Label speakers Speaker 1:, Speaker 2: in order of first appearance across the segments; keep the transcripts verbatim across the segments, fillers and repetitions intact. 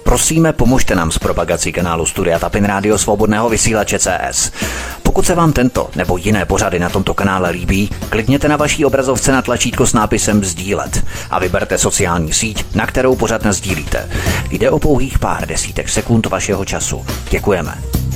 Speaker 1: Prosíme, pomožte nám s propagací kanálu Studia Tapin Rádio Svobodného vysílače C S. Pokud se vám tento nebo jiné pořady na tomto kanále líbí, klikněte na vaší obrazovce na tlačítko s nápisem sdílet a vyberte sociální síť, na kterou pořad nasdílíte. Jde o pouhých pár desítek sekund vašeho času. Děkujeme.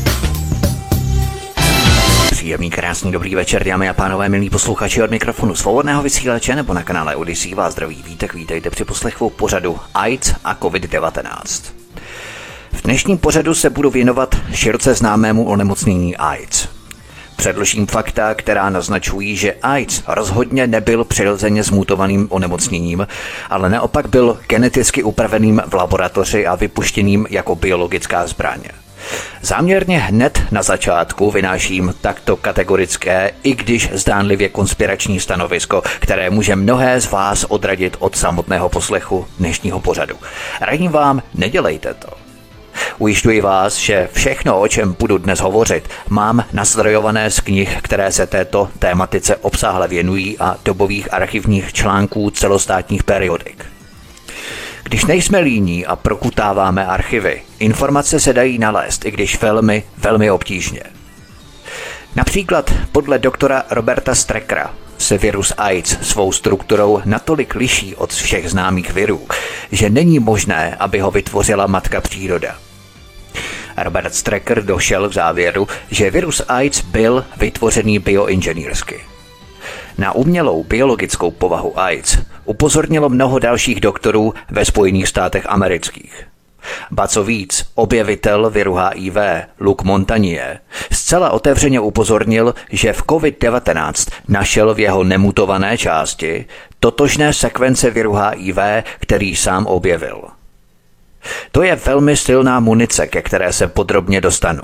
Speaker 1: Příjemný, krásný, dobrý večer, dámy a pánové, milí posluchači, od mikrofonu Svobodného vysílače nebo na kanále Odyssey vás zdraví Vítek, vítejte při poslechu pořadu AIDS a covid devatenáct. V dnešním pořadu se budu věnovat široce známému onemocnění AIDS. Předložím fakta, která naznačují, že AIDS rozhodně nebyl přirozeně zmutovaným onemocněním, ale naopak byl geneticky upraveným v laboratoři a vypuštěným jako biologická zbraň. Záměrně hned na začátku vynáším takto kategorické, i když zdánlivě konspirační stanovisko, které může mnohé z vás odradit od samotného poslechu dnešního pořadu. Radím vám, nedělejte to. Ujišťuji vás, že všechno, o čem budu dnes hovořit, mám nazdrojované z knih, které se této tématice obsáhle věnují, a dobových archivních článků celostátních periodik. Když nejsme líní a prokutáváme archivy, informace se dají nalézt, i když velmi, velmi obtížně. Například podle doktora Roberta Streckera se virus AIDS svou strukturou natolik liší od všech známých virů, že není možné, aby ho vytvořila matka příroda. Robert Strecker došel k závěru, že virus AIDS byl vytvořený bioinženýrsky. Na umělou biologickou povahu AIDS upozornilo mnoho dalších doktorů ve Spojených státech amerických. Ba co víc, objevitel viru H I V Luc Montagnier zcela otevřeně upozornil, že v covid devatenáct našel v jeho nemutované části totožné sekvence viru H I V, který sám objevil. To je velmi silná munice, ke které se podrobně dostanu.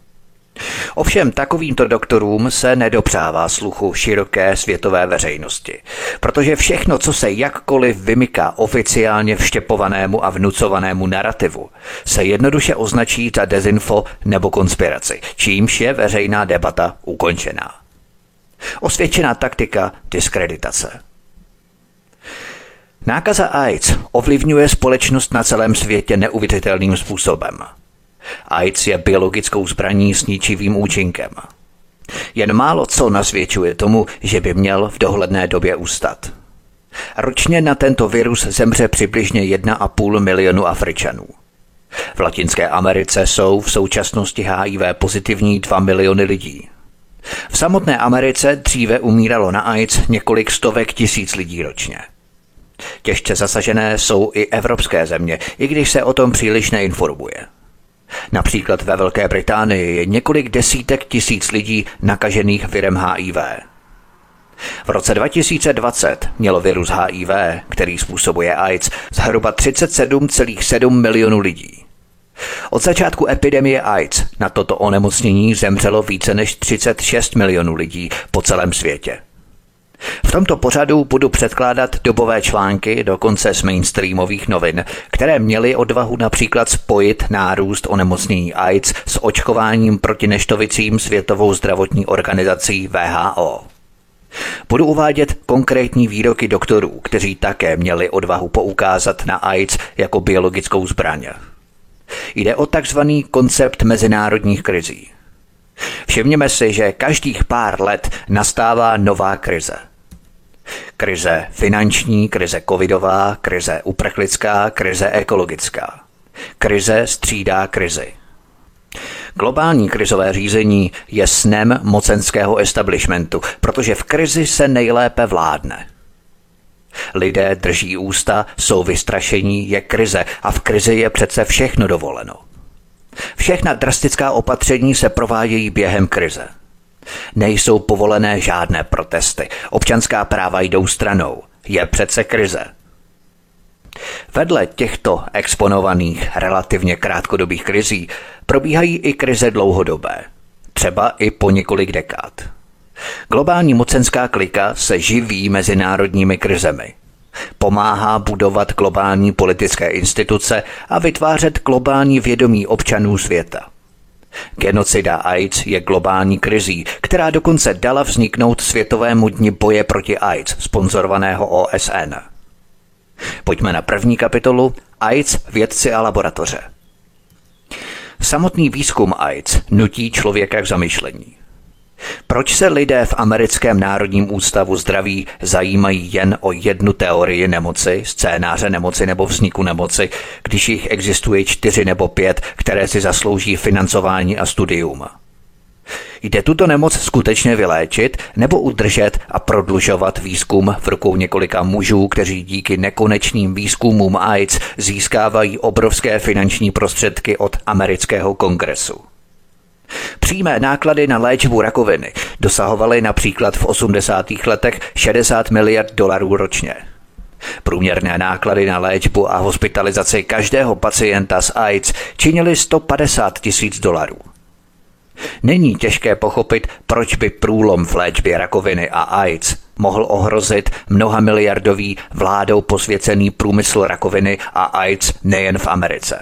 Speaker 1: Ovšem takovýmto doktorům se nedopřává sluchu široké světové veřejnosti, protože všechno, co se jakkoliv vymyká oficiálně vštěpovanému a vnucovanému narrativu, se jednoduše označí za dezinfo nebo konspiraci, čímž je veřejná debata ukončená. Osvědčená taktika diskreditace. Nákaza AIDS ovlivňuje společnost na celém světě neuvěřitelným způsobem. AIDS je biologickou zbraní s ničivým účinkem. Jen málo co nasvědčuje tomu, že by měl v dohledné době ustat. Ročně na tento virus zemře přibližně jedna a půl milionu Afričanů. V Latinské Americe jsou v současnosti H I V pozitivní dva miliony lidí. V samotné Americe dříve umíralo na AIDS několik stovek tisíc lidí ročně. Těžce zasažené jsou i evropské země, i když se o tom příliš neinformuje. Například ve Velké Británii je několik desítek tisíc lidí nakažených virem H I V. V roce dva tisíce dvacet mělo virus H I V, který způsobuje AIDS, zhruba třicet sedm celá sedm milionů lidí. Od začátku epidemie AIDS na toto onemocnění zemřelo více než třicet šest milionů lidí po celém světě. V tomto pořadu budu předkládat dobové články, dokonce z mainstreamových novin, které měly odvahu například spojit nárůst onemocnění AIDS s očkováním proti neštovicím Světovou zdravotní organizací W H O. Budu uvádět konkrétní výroky doktorů, kteří také měli odvahu poukázat na AIDS jako biologickou zbraň. Jde o takzvaný koncept mezinárodních krizí. Všimněme si, že každých pár let nastává nová krize. Krize finanční, krize covidová, krize uprchlická, krize ekologická. Krize střídá krizi. Globální krizové řízení je snem mocenského establishmentu, protože v krizi se nejlépe vládne. Lidé drží ústa, jsou vystrašení, je krize a v krizi je přece všechno dovoleno. Všechna drastická opatření se provádějí během krize. Nejsou povolené žádné protesty, občanská práva jdou stranou, je přece krize. Vedle těchto exponovaných relativně krátkodobých krizí probíhají i krize dlouhodobé, třeba i po několik dekád. Globální mocenská klika se živí mezinárodními krizemi. Pomáhá budovat globální politické instituce a vytvářet globální vědomí občanů světa. Genocida AIDS je globální krizí, která dokonce dala vzniknout Světovému dni boje proti AIDS, sponzorovaného O S N. Pojďme na první kapitolu AIDS, vědci a laboratoře. Samotný výzkum AIDS nutí člověka k zamyšlení. Proč se lidé v Americkém národním ústavu zdraví zajímají jen o jednu teorii nemoci, scénáře nemoci nebo vzniku nemoci, když jich existuje čtyři nebo pět, které si zaslouží financování a studium? Jde tuto nemoc skutečně vyléčit nebo udržet a prodlužovat výzkum v rukou několika mužů, kteří díky nekonečným výzkumům AIDS získávají obrovské finanční prostředky od amerického kongresu? Přímé náklady na léčbu rakoviny dosahovaly například v osmdesátých letech šedesát miliard dolarů ročně. Průměrné náklady na léčbu a hospitalizaci každého pacienta s AIDS činily sto padesát tisíc dolarů. Není těžké pochopit, proč by průlom v léčbě rakoviny a AIDS mohl ohrozit mnohamiliardový vládou posvěcený průmysl rakoviny a AIDS nejen v Americe.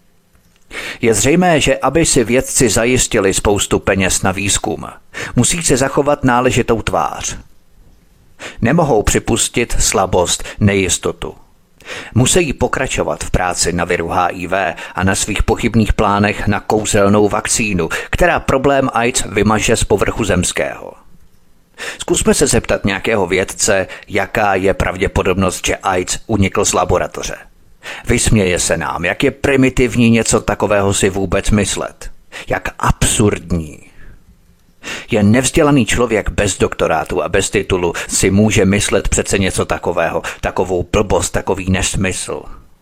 Speaker 1: Je zřejmé, že aby si vědci zajistili spoustu peněz na výzkum, musí se zachovat náležitou tvář. Nemohou připustit slabost, nejistotu. Musí pokračovat v práci na viru H I V a na svých pochybných plánech na kouzelnou vakcínu, která problém AIDS vymaže z povrchu zemského. Zkusme se zeptat nějakého vědce, jaká je pravděpodobnost, že AIDS unikl z laboratoře. Vysměje se nám, jak je primitivní něco takového si vůbec myslet. Jak absurdní. Jen nevzdělaný člověk bez doktorátu a bez titulu si může myslet přece něco takového, takovou blbost, takový nesmysl.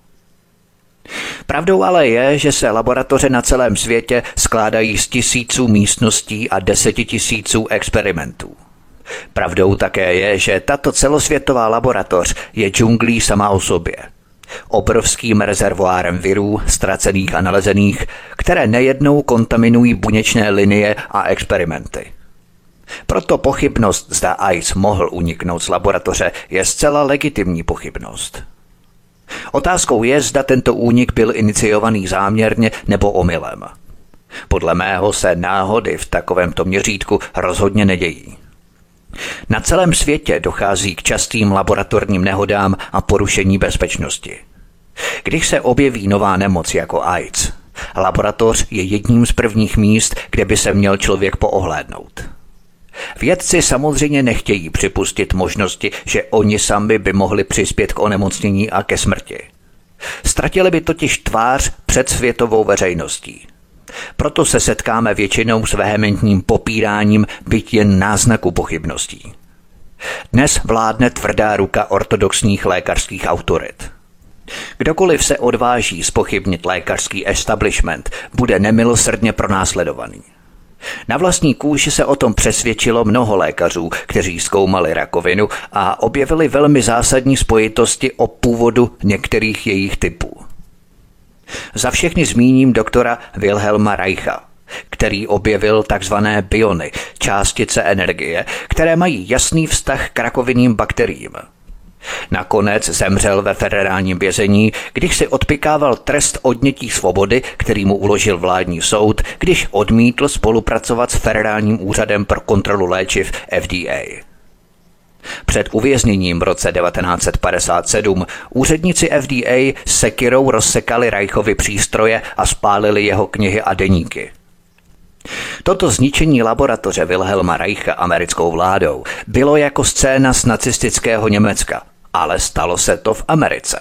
Speaker 1: Pravdou ale je, že se laboratoře na celém světě skládají z tisíců místností a desetitisíců experimentů. Pravdou také je, že tato celosvětová laboratoř je džunglí sama o sobě. Obrovským rezervoárem virů, ztracených a nalezených, které nejednou kontaminují buněčné linie a experimenty. Proto pochybnost, zda AIDS mohl uniknout z laboratoře, je zcela legitimní pochybnost. Otázkou je, zda tento únik byl iniciovaný záměrně nebo omylem. Podle mého se náhody v takovémto měřítku rozhodně nedějí. Na celém světě dochází k častým laboratorním nehodám a porušení bezpečnosti. Když se objeví nová nemoc jako AIDS, laboratoř je jedním z prvních míst, kde by se měl člověk poohlédnout. Vědci samozřejmě nechtějí připustit možnosti, že oni sami by mohli přispět k onemocnění a ke smrti. Ztratili by totiž tvář před světovou veřejností. Proto se setkáme většinou s vehementním popíráním, byť jen náznaku pochybností. Dnes vládne tvrdá ruka ortodoxních lékařských autorit. Kdokoliv se odváží zpochybnit lékařský establishment, bude nemilosrdně pronásledovaný. Na vlastní kůži se o tom přesvědčilo mnoho lékařů, kteří zkoumali rakovinu a objevili velmi zásadní spojitosti o původu některých jejich typů. Za všechny zmíním doktora Wilhelma Reicha, který objevil takzvané biony, částice energie, které mají jasný vztah k rakovinným bakteriím. Nakonec zemřel ve federálním vězení, když si odpykával trest odnětí svobody, který mu uložil vládní soud, když odmítl spolupracovat s Federálním úřadem pro kontrolu léčiv F D A. Před uvězněním v roce devatenáct set padesát sedm úředníci F D A sekirou rozsekali Reichovi přístroje a spálili jeho knihy a deníky. Toto zničení laboratoře Wilhelma Reicha americkou vládou bylo jako scéna z nacistického Německa, ale stalo se to v Americe.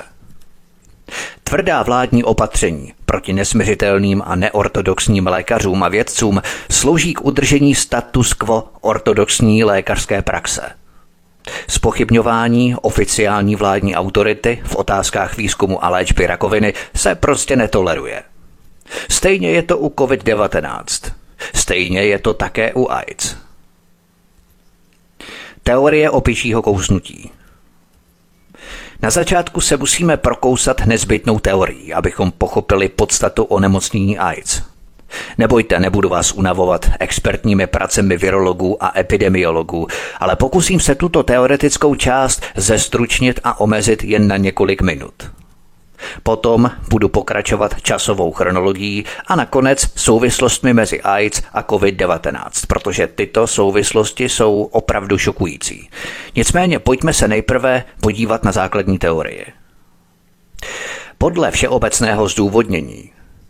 Speaker 1: Tvrdá vládní opatření proti nesmiřitelným a neortodoxním lékařům a vědcům slouží k udržení status quo ortodoxní lékařské praxe. Zpochybňování oficiální vládní autority v otázkách výzkumu a léčby rakoviny se prostě netoleruje. Stejně je to u covid devatenáct. Stejně je to také u AIDS. Teorie opičího kousnutí. Na začátku se musíme prokousat nezbytnou teorií, abychom pochopili podstatu onemocnění AIDS. Nebojte, nebudu vás unavovat expertními pracemi virologů a epidemiologů, ale pokusím se tuto teoretickou část zestručnit a omezit jen na několik minut. Potom budu pokračovat časovou chronologií a nakonec souvislostmi mezi AIDS a covid devatenáct, protože tyto souvislosti jsou opravdu šokující. Nicméně pojďme se nejprve podívat na základní teorie. Podle všeobecného zdůvodnění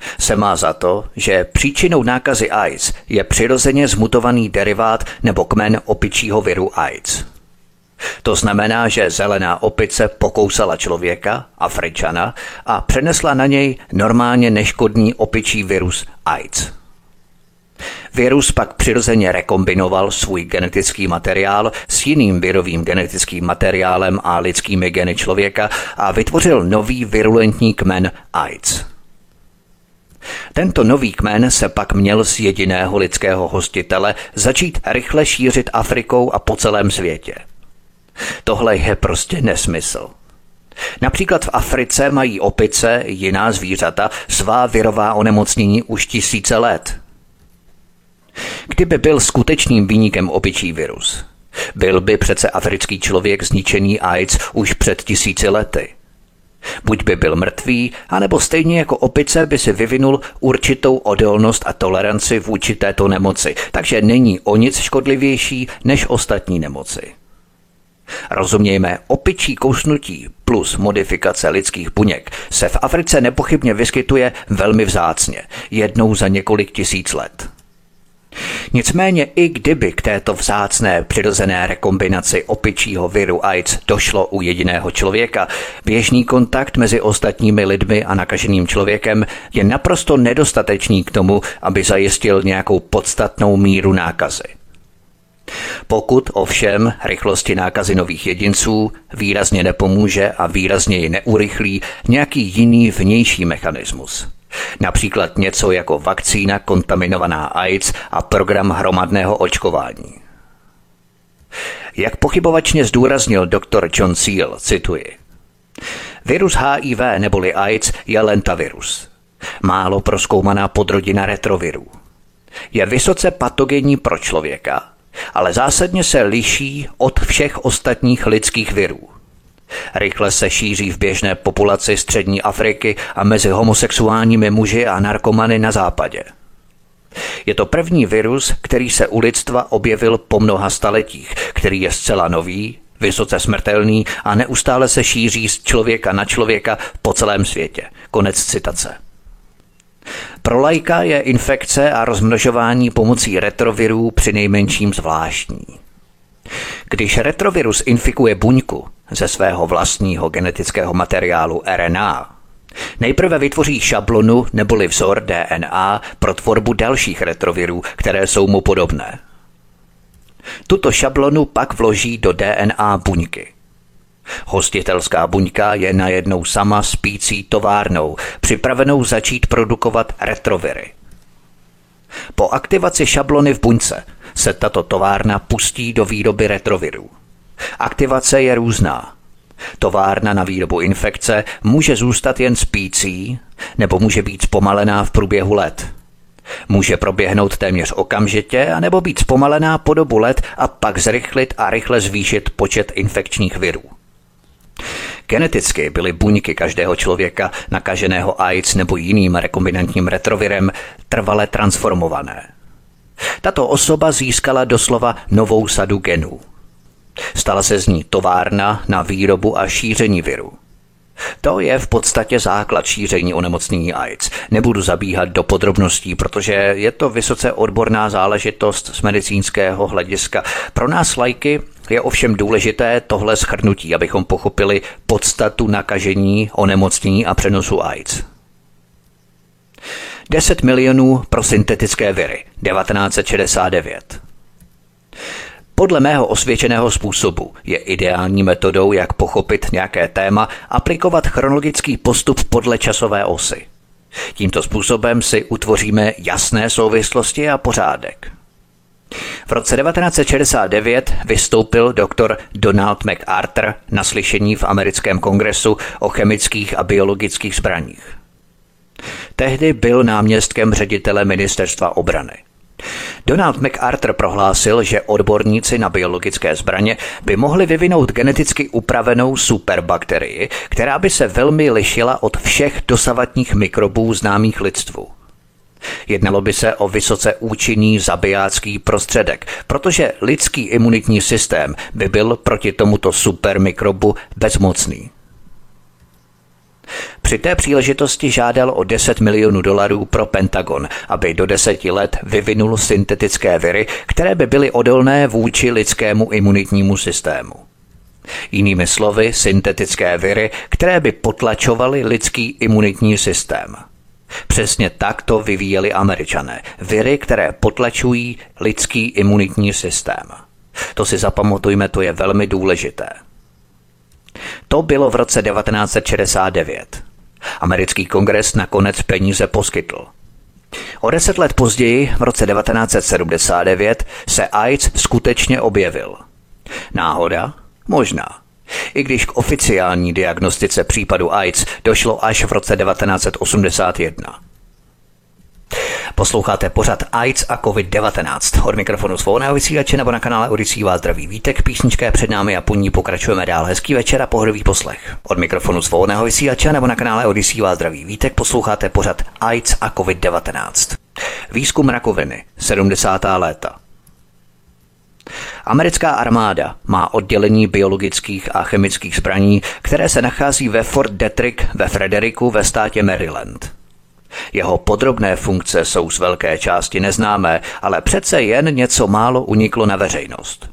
Speaker 1: se má za to, že příčinou nákazy AIDS je přirozeně zmutovaný derivát nebo kmen opičího viru AIDS. To znamená, že zelená opice pokousala člověka, Afričana, a přenesla na něj normálně neškodný opičí virus AIDS. Virus pak přirozeně rekombinoval svůj genetický materiál s jiným virovým genetickým materiálem a lidskými geny člověka a vytvořil nový virulentní kmen AIDS. Tento nový kmen se pak měl z jediného lidského hostitele začít rychle šířit Afrikou a po celém světě. Tohle je prostě nesmysl. Například v Africe mají opice, jiná zvířata, svá virová onemocnění už tisíce let. Kdyby byl skutečným viníkem opičí virus, byl by přece africký člověk zničený AIDS už před tisíci lety. Buď by byl mrtvý, anebo stejně jako opice by si vyvinul určitou odolnost a toleranci vůči této nemoci, takže není o nic škodlivější než ostatní nemoci. Rozumějme, opičí kousnutí plus modifikace lidských buněk se v Africe nepochybně vyskytuje velmi vzácně, jednou za několik tisíc let. Nicméně i kdyby k této vzácné přirozené rekombinaci opičího viru AIDS došlo u jediného člověka, běžný kontakt mezi ostatními lidmi a nakaženým člověkem je naprosto nedostatečný k tomu, aby zajistil nějakou podstatnou míru nákazy. Pokud ovšem rychlosti nákazy nových jedinců výrazně nepomůže a výrazně ji neurychlí nějaký jiný vnější mechanismus, například něco jako vakcína kontaminovaná AIDS a program hromadného očkování. Jak pochybovačně zdůraznil doktor John Seal, cituji: Virus H I V neboli AIDS je lentavirus, málo prozkoumaná podrodina retrovirů. Je vysoce patogenní pro člověka, ale zásadně se liší od všech ostatních lidských virů. Rychle se šíří v běžné populaci střední Afriky a mezi homosexuálními muži a narkomany na západě. Je to první virus, který se u lidstva objevil po mnoha staletích, který je zcela nový, vysoce smrtelný a neustále se šíří z člověka na člověka po celém světě. Konec citace. Pro laika je infekce a rozmnožování pomocí retrovirů přinejmenším zvláštní. Když retrovirus infikuje buňku ze svého vlastního genetického materiálu R N A, nejprve vytvoří šablonu neboli vzor D N A pro tvorbu dalších retrovirů, které jsou mu podobné. Tuto šablonu pak vloží do D N A buňky. Hostitelská buňka je najednou sama spící továrnou, připravenou začít produkovat retroviry. Po aktivaci šablony v buňce se tato továrna pustí do výroby retrovirů. Aktivace je různá. Továrna na výrobu infekce může zůstat jen spící, nebo může být zpomalená v průběhu let. Může proběhnout téměř okamžitě, anebo být zpomalená po dobu let a pak zrychlit a rychle zvýšit počet infekčních virů. Geneticky byly buňky každého člověka nakaženého AIDS nebo jiným rekombinantním retrovirem trvale transformované. Tato osoba získala doslova novou sadu genů. Stala se z ní továrna na výrobu a šíření viru. To je v podstatě základ šíření onemocnění AIDS. Nebudu zabíhat do podrobností, protože je to vysoce odborná záležitost z medicínského hlediska. Pro nás lajky je ovšem důležité tohle shrnutí, abychom pochopili podstatu nakažení, onemocnění a přenosu AIDS. deset milionů pro syntetické viry, devatenáct set šedesát devět. Podle mého osvědčeného způsobu je ideální metodou, jak pochopit nějaké téma, aplikovat chronologický postup podle časové osy. Tímto způsobem si utvoříme jasné souvislosti a pořádek. V roce devatenáct set šedesát devět vystoupil doktor Donald MacArthur na slyšení v americkém kongresu o chemických a biologických zbraních. Tehdy byl náměstkem ředitele ministerstva obrany. Donald MacArthur prohlásil, že odborníci na biologické zbraně by mohli vyvinout geneticky upravenou superbakterii, která by se velmi lišila od všech dosavadních mikrobů známých lidstvu. Jednalo by se o vysoce účinný zabijácký prostředek, protože lidský imunitní systém by byl proti tomuto supermikrobu bezmocný. Při té příležitosti žádal o deset milionů dolarů pro Pentagon, aby do deseti let vyvinul syntetické viry, které by byly odolné vůči lidskému imunitnímu systému. Jinými slovy, syntetické viry, které by potlačovaly lidský imunitní systém. Přesně tak to vyvíjeli Američané. Viry, které potlačují lidský imunitní systém. To si zapamatujme, to je velmi důležité. To bylo v roce devatenáct set šedesát devět. Americký kongres nakonec peníze poskytl. O deset let později, v roce devatenáct set sedmdesát devět, se AIDS skutečně objevil. Náhoda? Možná. I když k oficiální diagnostice případu AIDS došlo až v roce devatenáct set osmdesát jedna. Posloucháte pořad AIDS a covid devatenáct. Od mikrofonu svobodného vysílače nebo na kanále Odyssey vás zdraví Vítek, písnička je před námi a po ní pokračujeme dál. Hezký večer a pohodový poslech. Od mikrofonu svobodného vysílače nebo na kanále Odyssey vás zdraví Vítek, posloucháte pořad AIDS a covid devatenáct. Výzkum rakoviny, sedmdesátá léta. Americká armáda má oddělení biologických a chemických zbraní, které se nachází ve Fort Detrick ve Frederiku ve státě Maryland. Jeho podrobné funkce jsou z velké části neznámé, ale přece jen něco málo uniklo na veřejnost.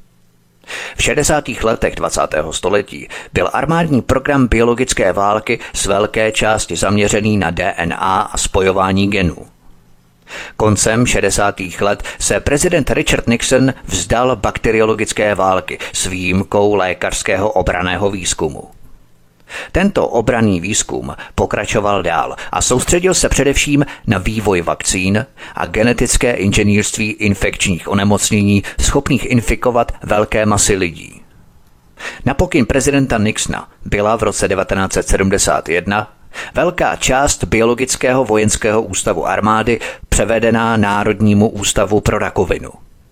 Speaker 1: V šedesátých letech dvacátého století byl armádní program biologické války z velké části zaměřený na D N A a spojování genů. Koncem šedesátých let se prezident Richard Nixon vzdal bakteriologické války s výjimkou lékařského obranného výzkumu. Tento obranný výzkum pokračoval dál a soustředil se především na vývoj vakcín a genetické inženýrství infekčních onemocnění schopných infikovat velké masy lidí. Na pokyn prezidenta Nixona byla v roce devatenáct set sedmdesát jedna velká část biologického vojenského ústavu armády převedená Národnímu ústavu pro rakovinu.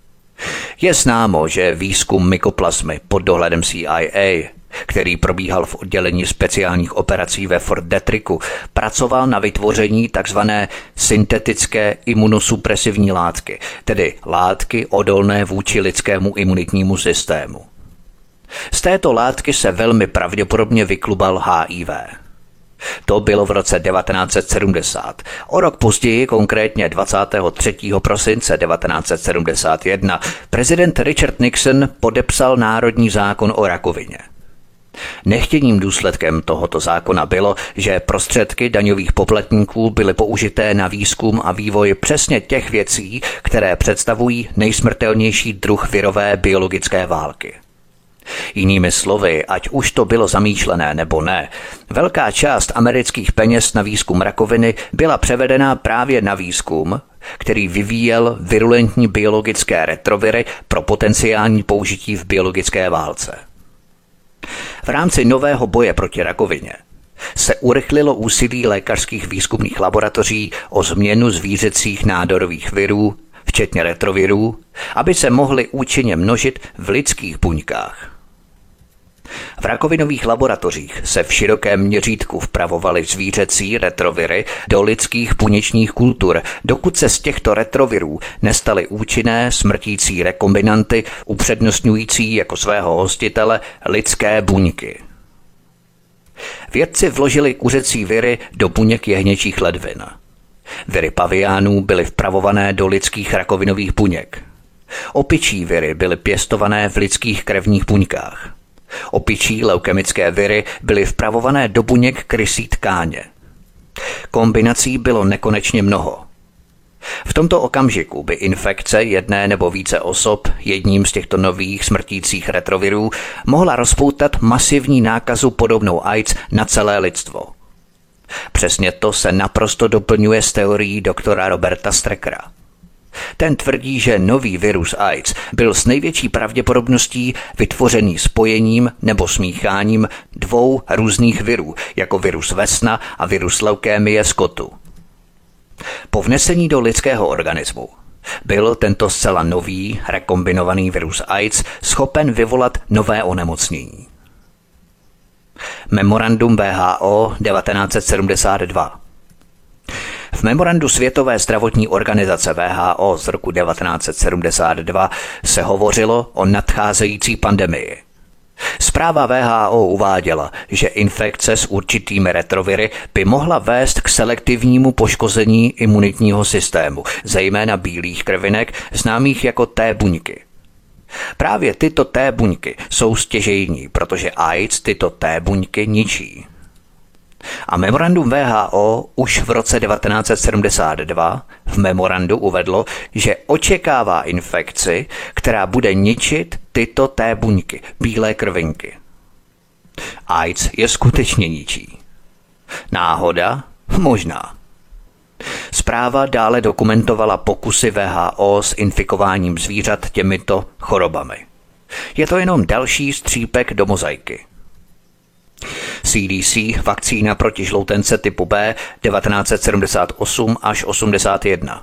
Speaker 1: Je známo, že výzkum mykoplazmy pod dohledem C I A, který probíhal v oddělení speciálních operací ve Fort Detricku, pracoval na vytvoření tzv. Syntetické imunosupresivní látky, tedy látky odolné vůči lidskému imunitnímu systému. Z této látky se velmi pravděpodobně vyklubal H I V. To bylo v roce devatenáct set sedmdesát. O rok později, konkrétně dvacátého třetího prosince devatenáct set sedmdesát jedna, prezident Richard Nixon podepsal Národní zákon o rakovině. Nechtěným důsledkem tohoto zákona bylo, že prostředky daňových poplatníků byly použité na výzkum a vývoj přesně těch věcí, které představují nejsmrtelnější druh virové biologické války. Jinými slovy, ať už to bylo zamýšlené nebo ne, velká část amerických peněz na výzkum rakoviny byla převedena právě na výzkum, který vyvíjel virulentní biologické retroviry pro potenciální použití v biologické válce. V rámci nového boje proti rakovině se urychlilo úsilí lékařských výzkumných laboratoří o změnu zvířecích nádorových virů, včetně retrovirů, aby se mohly účinně množit v lidských buňkách. V rakovinových laboratořích se v širokém měřítku vpravovaly zvířecí retroviry do lidských buněčních kultur, dokud se z těchto retrovirů nestaly účinné smrtící rekombinanty upřednostňující jako svého hostitele lidské buňky. Vědci vložili kuřecí viry do buněk jehněčích ledvin. Viry paviánů byly vpravované do lidských rakovinových buněk. Opičí viry byly pěstované v lidských krevních buňkách. Opičí leukemické viry byly vpravované do buněk krysí tkáně. Kombinací bylo nekonečně mnoho. V tomto okamžiku by infekce jedné nebo více osob jedním z těchto nových smrtících retrovirů mohla rozpoutat masivní nákazu podobnou AIDS na celé lidstvo. Přesně to se naprosto doplňuje s teorií doktora Roberta Streckera. Ten tvrdí, že nový virus AIDS byl s největší pravděpodobností vytvořený spojením nebo smícháním dvou různých virů, jako virus vesna a virus leukémie skotu. Po vnesení do lidského organismu byl tento zcela nový, rekombinovaný virus AIDS schopen vyvolat nové onemocnění. Memorandum W H O devatenáct set sedmdesát dva. V memorandu Světové zdravotní organizace W H O z roku devatenáct set sedmdesát dva se hovořilo o nadcházející pandemii. Zpráva W H O uváděla, že infekce s určitými retroviry by mohla vést k selektivnímu poškození imunitního systému, zejména bílých krvinek, známých jako T buňky. Právě tyto T buňky jsou stěžejní, protože AIDS tyto T buňky ničí. A memorandum W H O už v roce devatenáct set sedmdesát dva v memorandu uvedlo, že očekává infekci, která bude ničit tyto T buňky, bílé krvinky. AIDS je skutečně ničí. Náhoda? Možná. Zpráva dále dokumentovala pokusy W H O s infikováním zvířat těmito chorobami. Je to jenom další střípek do mozaiky. C D C vakcína proti žloutence typu B devatenáct set sedmdesát osm až osmdesát jedna.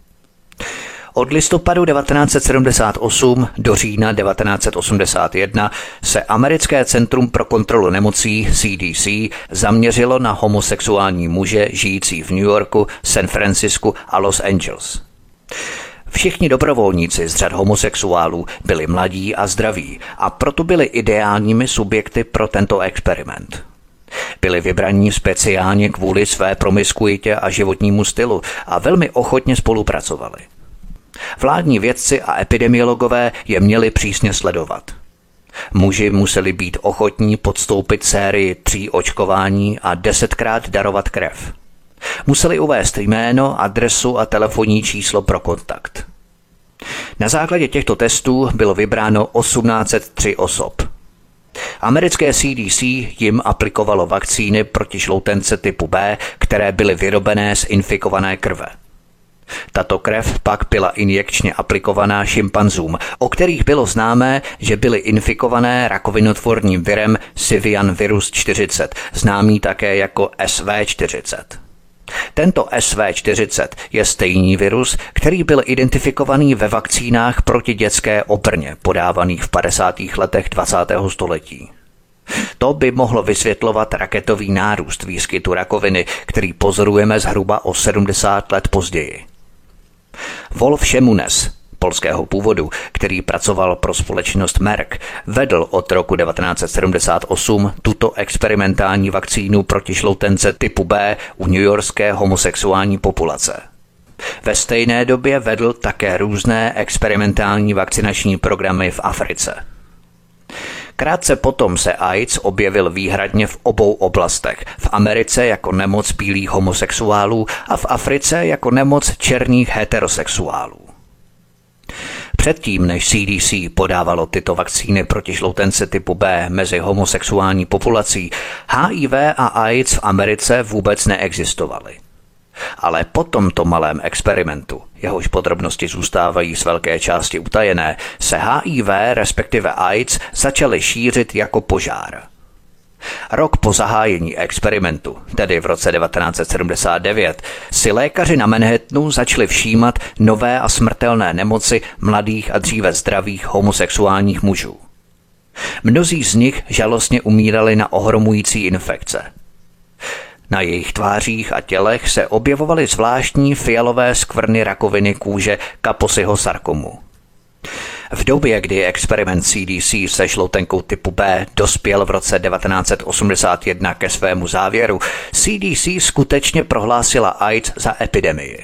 Speaker 1: Od listopadu devatenáct set sedmdesát osm do října devatenáct set osmdesát jedna se Americké centrum pro kontrolu nemocí C D C zaměřilo na homosexuální muže žijící v New Yorku, San Francisku a Los Angeles. Všichni dobrovolníci z řad homosexuálů byli mladí a zdraví a proto byli ideálními subjekty pro tento experiment. Byli vybraní speciálně kvůli své promiskuitě a životnímu stylu a velmi ochotně spolupracovali. Vládní vědci a epidemiologové je měli přísně sledovat. Muži museli být ochotní podstoupit sérii tří očkování a desetkrát darovat krev. Museli uvést jméno, adresu a telefonní číslo pro kontakt. Na základě těchto testů bylo vybráno tisíc osm set tři osob. Americké C D C jim aplikovalo vakcíny proti žloutence typu B, které byly vyrobené z infikované krve. Tato krev pak byla injekčně aplikovaná šimpanzům, o kterých bylo známé, že byly infikované rakovinotvorným virem Simian virus čtyřicet, známý také jako S V čtyřicet. Tento S V čtyřicet je stejný virus, který byl identifikovaný ve vakcínách proti dětské obrně, podávaných v padesátých letech dvacátého století. To by mohlo vysvětlovat raketový nárůst výskytu rakoviny, který pozorujeme zhruba o sedmdesát let později. Wolf Schemunes, polského původu, který pracoval pro společnost Merck, vedl od roku devatenáct set sedmdesát osm tuto experimentální vakcínu proti žloutence typu B u newyorské homosexuální populace. Ve stejné době vedl také různé experimentální vakcinační programy v Africe. Krátce potom se AIDS objevil výhradně v obou oblastech, v Americe jako nemoc bílých homosexuálů a v Africe jako nemoc černých heterosexuálů. Předtím, než C D C podávalo tyto vakcíny proti žloutence typu B mezi homosexuální populací, H I V a AIDS v Americe vůbec neexistovaly. Ale po tomto malém experimentu, jehož podrobnosti zůstávají z velké části utajené, se H I V, respektive AIDS, začaly šířit jako požár. Rok po zahájení experimentu, tedy v roce devatenáct set sedmdesát devět, si lékaři na Manhattanu začali všímat nové a smrtelné nemoci mladých a dříve zdravých homosexuálních mužů. Mnozí z nich žalostně umírali na ohromující infekce. Na jejich tvářích a tělech se objevovaly zvláštní fialové skvrny rakoviny kůže Kaposiho sarkomu. V době, kdy experiment C D C se žloutenkou typu B dospěl v roce devatenáct set osmdesát jedna ke svému závěru, C D C skutečně prohlásila AIDS za epidemii.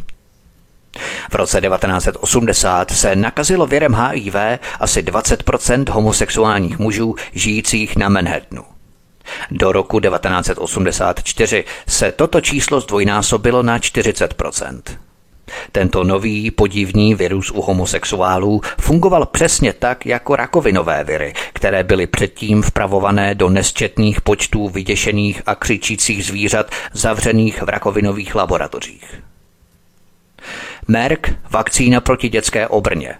Speaker 1: V roce devatenáct set osmdesát se nakazilo virem H I V asi dvacet procent homosexuálních mužů žijících na Manhattanu. Do roku devatenáct set osmdesát čtyři se toto číslo zdvojnásobilo na čtyřicet procent. Tento nový podivný virus u homosexuálů fungoval přesně tak jako rakovinové viry, které byly předtím vpravované do nesčetných počtů vyděšených a křičících zvířat zavřených v rakovinových laboratořích. Merck, vakcína proti dětské obrně.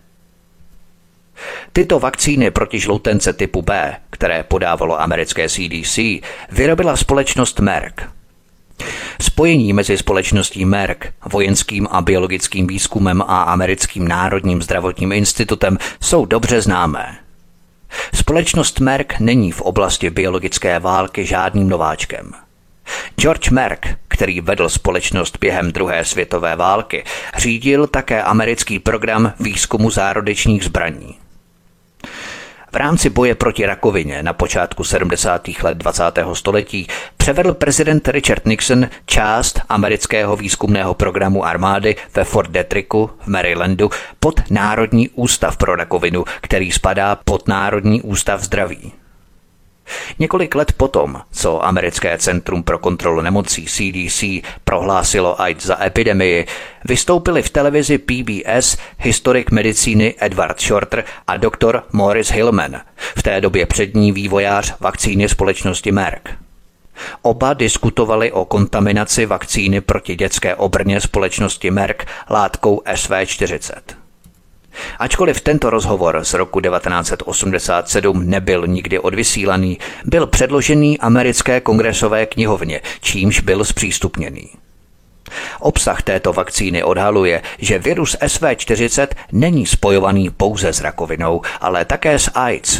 Speaker 1: Tyto vakcíny proti žloutence typu B, které podávalo americké C D C, vyrobila společnost Merck. Spojení mezi společností Merck, vojenským a biologickým výzkumem a americkým národním zdravotním institutem jsou dobře známé. Společnost Merck není v oblasti biologické války žádným nováčkem. George Merck, který vedl společnost během druhé světové války, řídil také americký program výzkumu zárodečných zbraní. V rámci boje proti rakovině na počátku sedmdesátých let dvacátého století převedl prezident Richard Nixon část amerického výzkumného programu armády ve Fort Detricku v Marylandu pod Národní ústav pro rakovinu, který spadá pod Národní ústav zdraví. Několik let potom, co americké centrum pro kontrolu nemocí C D C prohlásilo AIDS za epidemii, vystoupili v televizi P B S historik medicíny Edward Shorter a doktor Maurice Hilleman, v té době přední vývojář vakcíny společnosti Merck. Oba diskutovali o kontaminaci vakcíny proti dětské obrně společnosti Merck látkou S V čtyřicet. Ačkoliv tento rozhovor z roku devatenáct set osmdesát sedm nebyl nikdy odvysílaný, byl předložený americké kongresové knihovně, čímž byl zpřístupněný. Obsah této vakcíny odhaluje, že virus S V čtyřicet není spojovaný pouze s rakovinou, ale také s AIDS.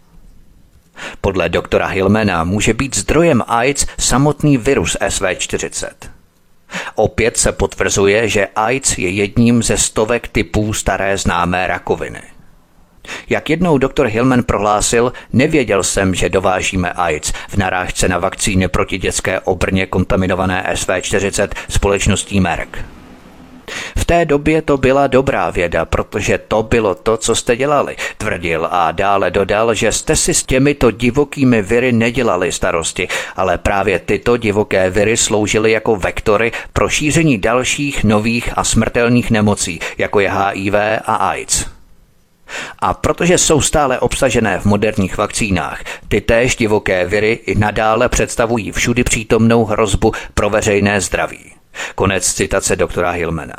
Speaker 1: Podle doktora Hillemana může být zdrojem AIDS samotný virus S V čtyřicet. Opět se potvrzuje, že AIDS je jedním ze stovek typů staré známé rakoviny. Jak jednou doktor Hilleman prohlásil, nevěděl jsem, že dovážíme AIDS v narážce na vakcíny proti dětské obrně kontaminované S V čtyřicet společností Merck. V té době to byla dobrá věda, protože to bylo to, co jste dělali, tvrdil a dále dodal, že jste si s těmito divokými viry nedělali starosti, ale právě tyto divoké viry sloužily jako vektory pro šíření dalších nových a smrtelných nemocí, jako je H I V a AIDS. A protože jsou stále obsažené v moderních vakcínách, ty též divoké viry i nadále představují všudy přítomnou hrozbu pro veřejné zdraví. Konec citace doktora Hillemana.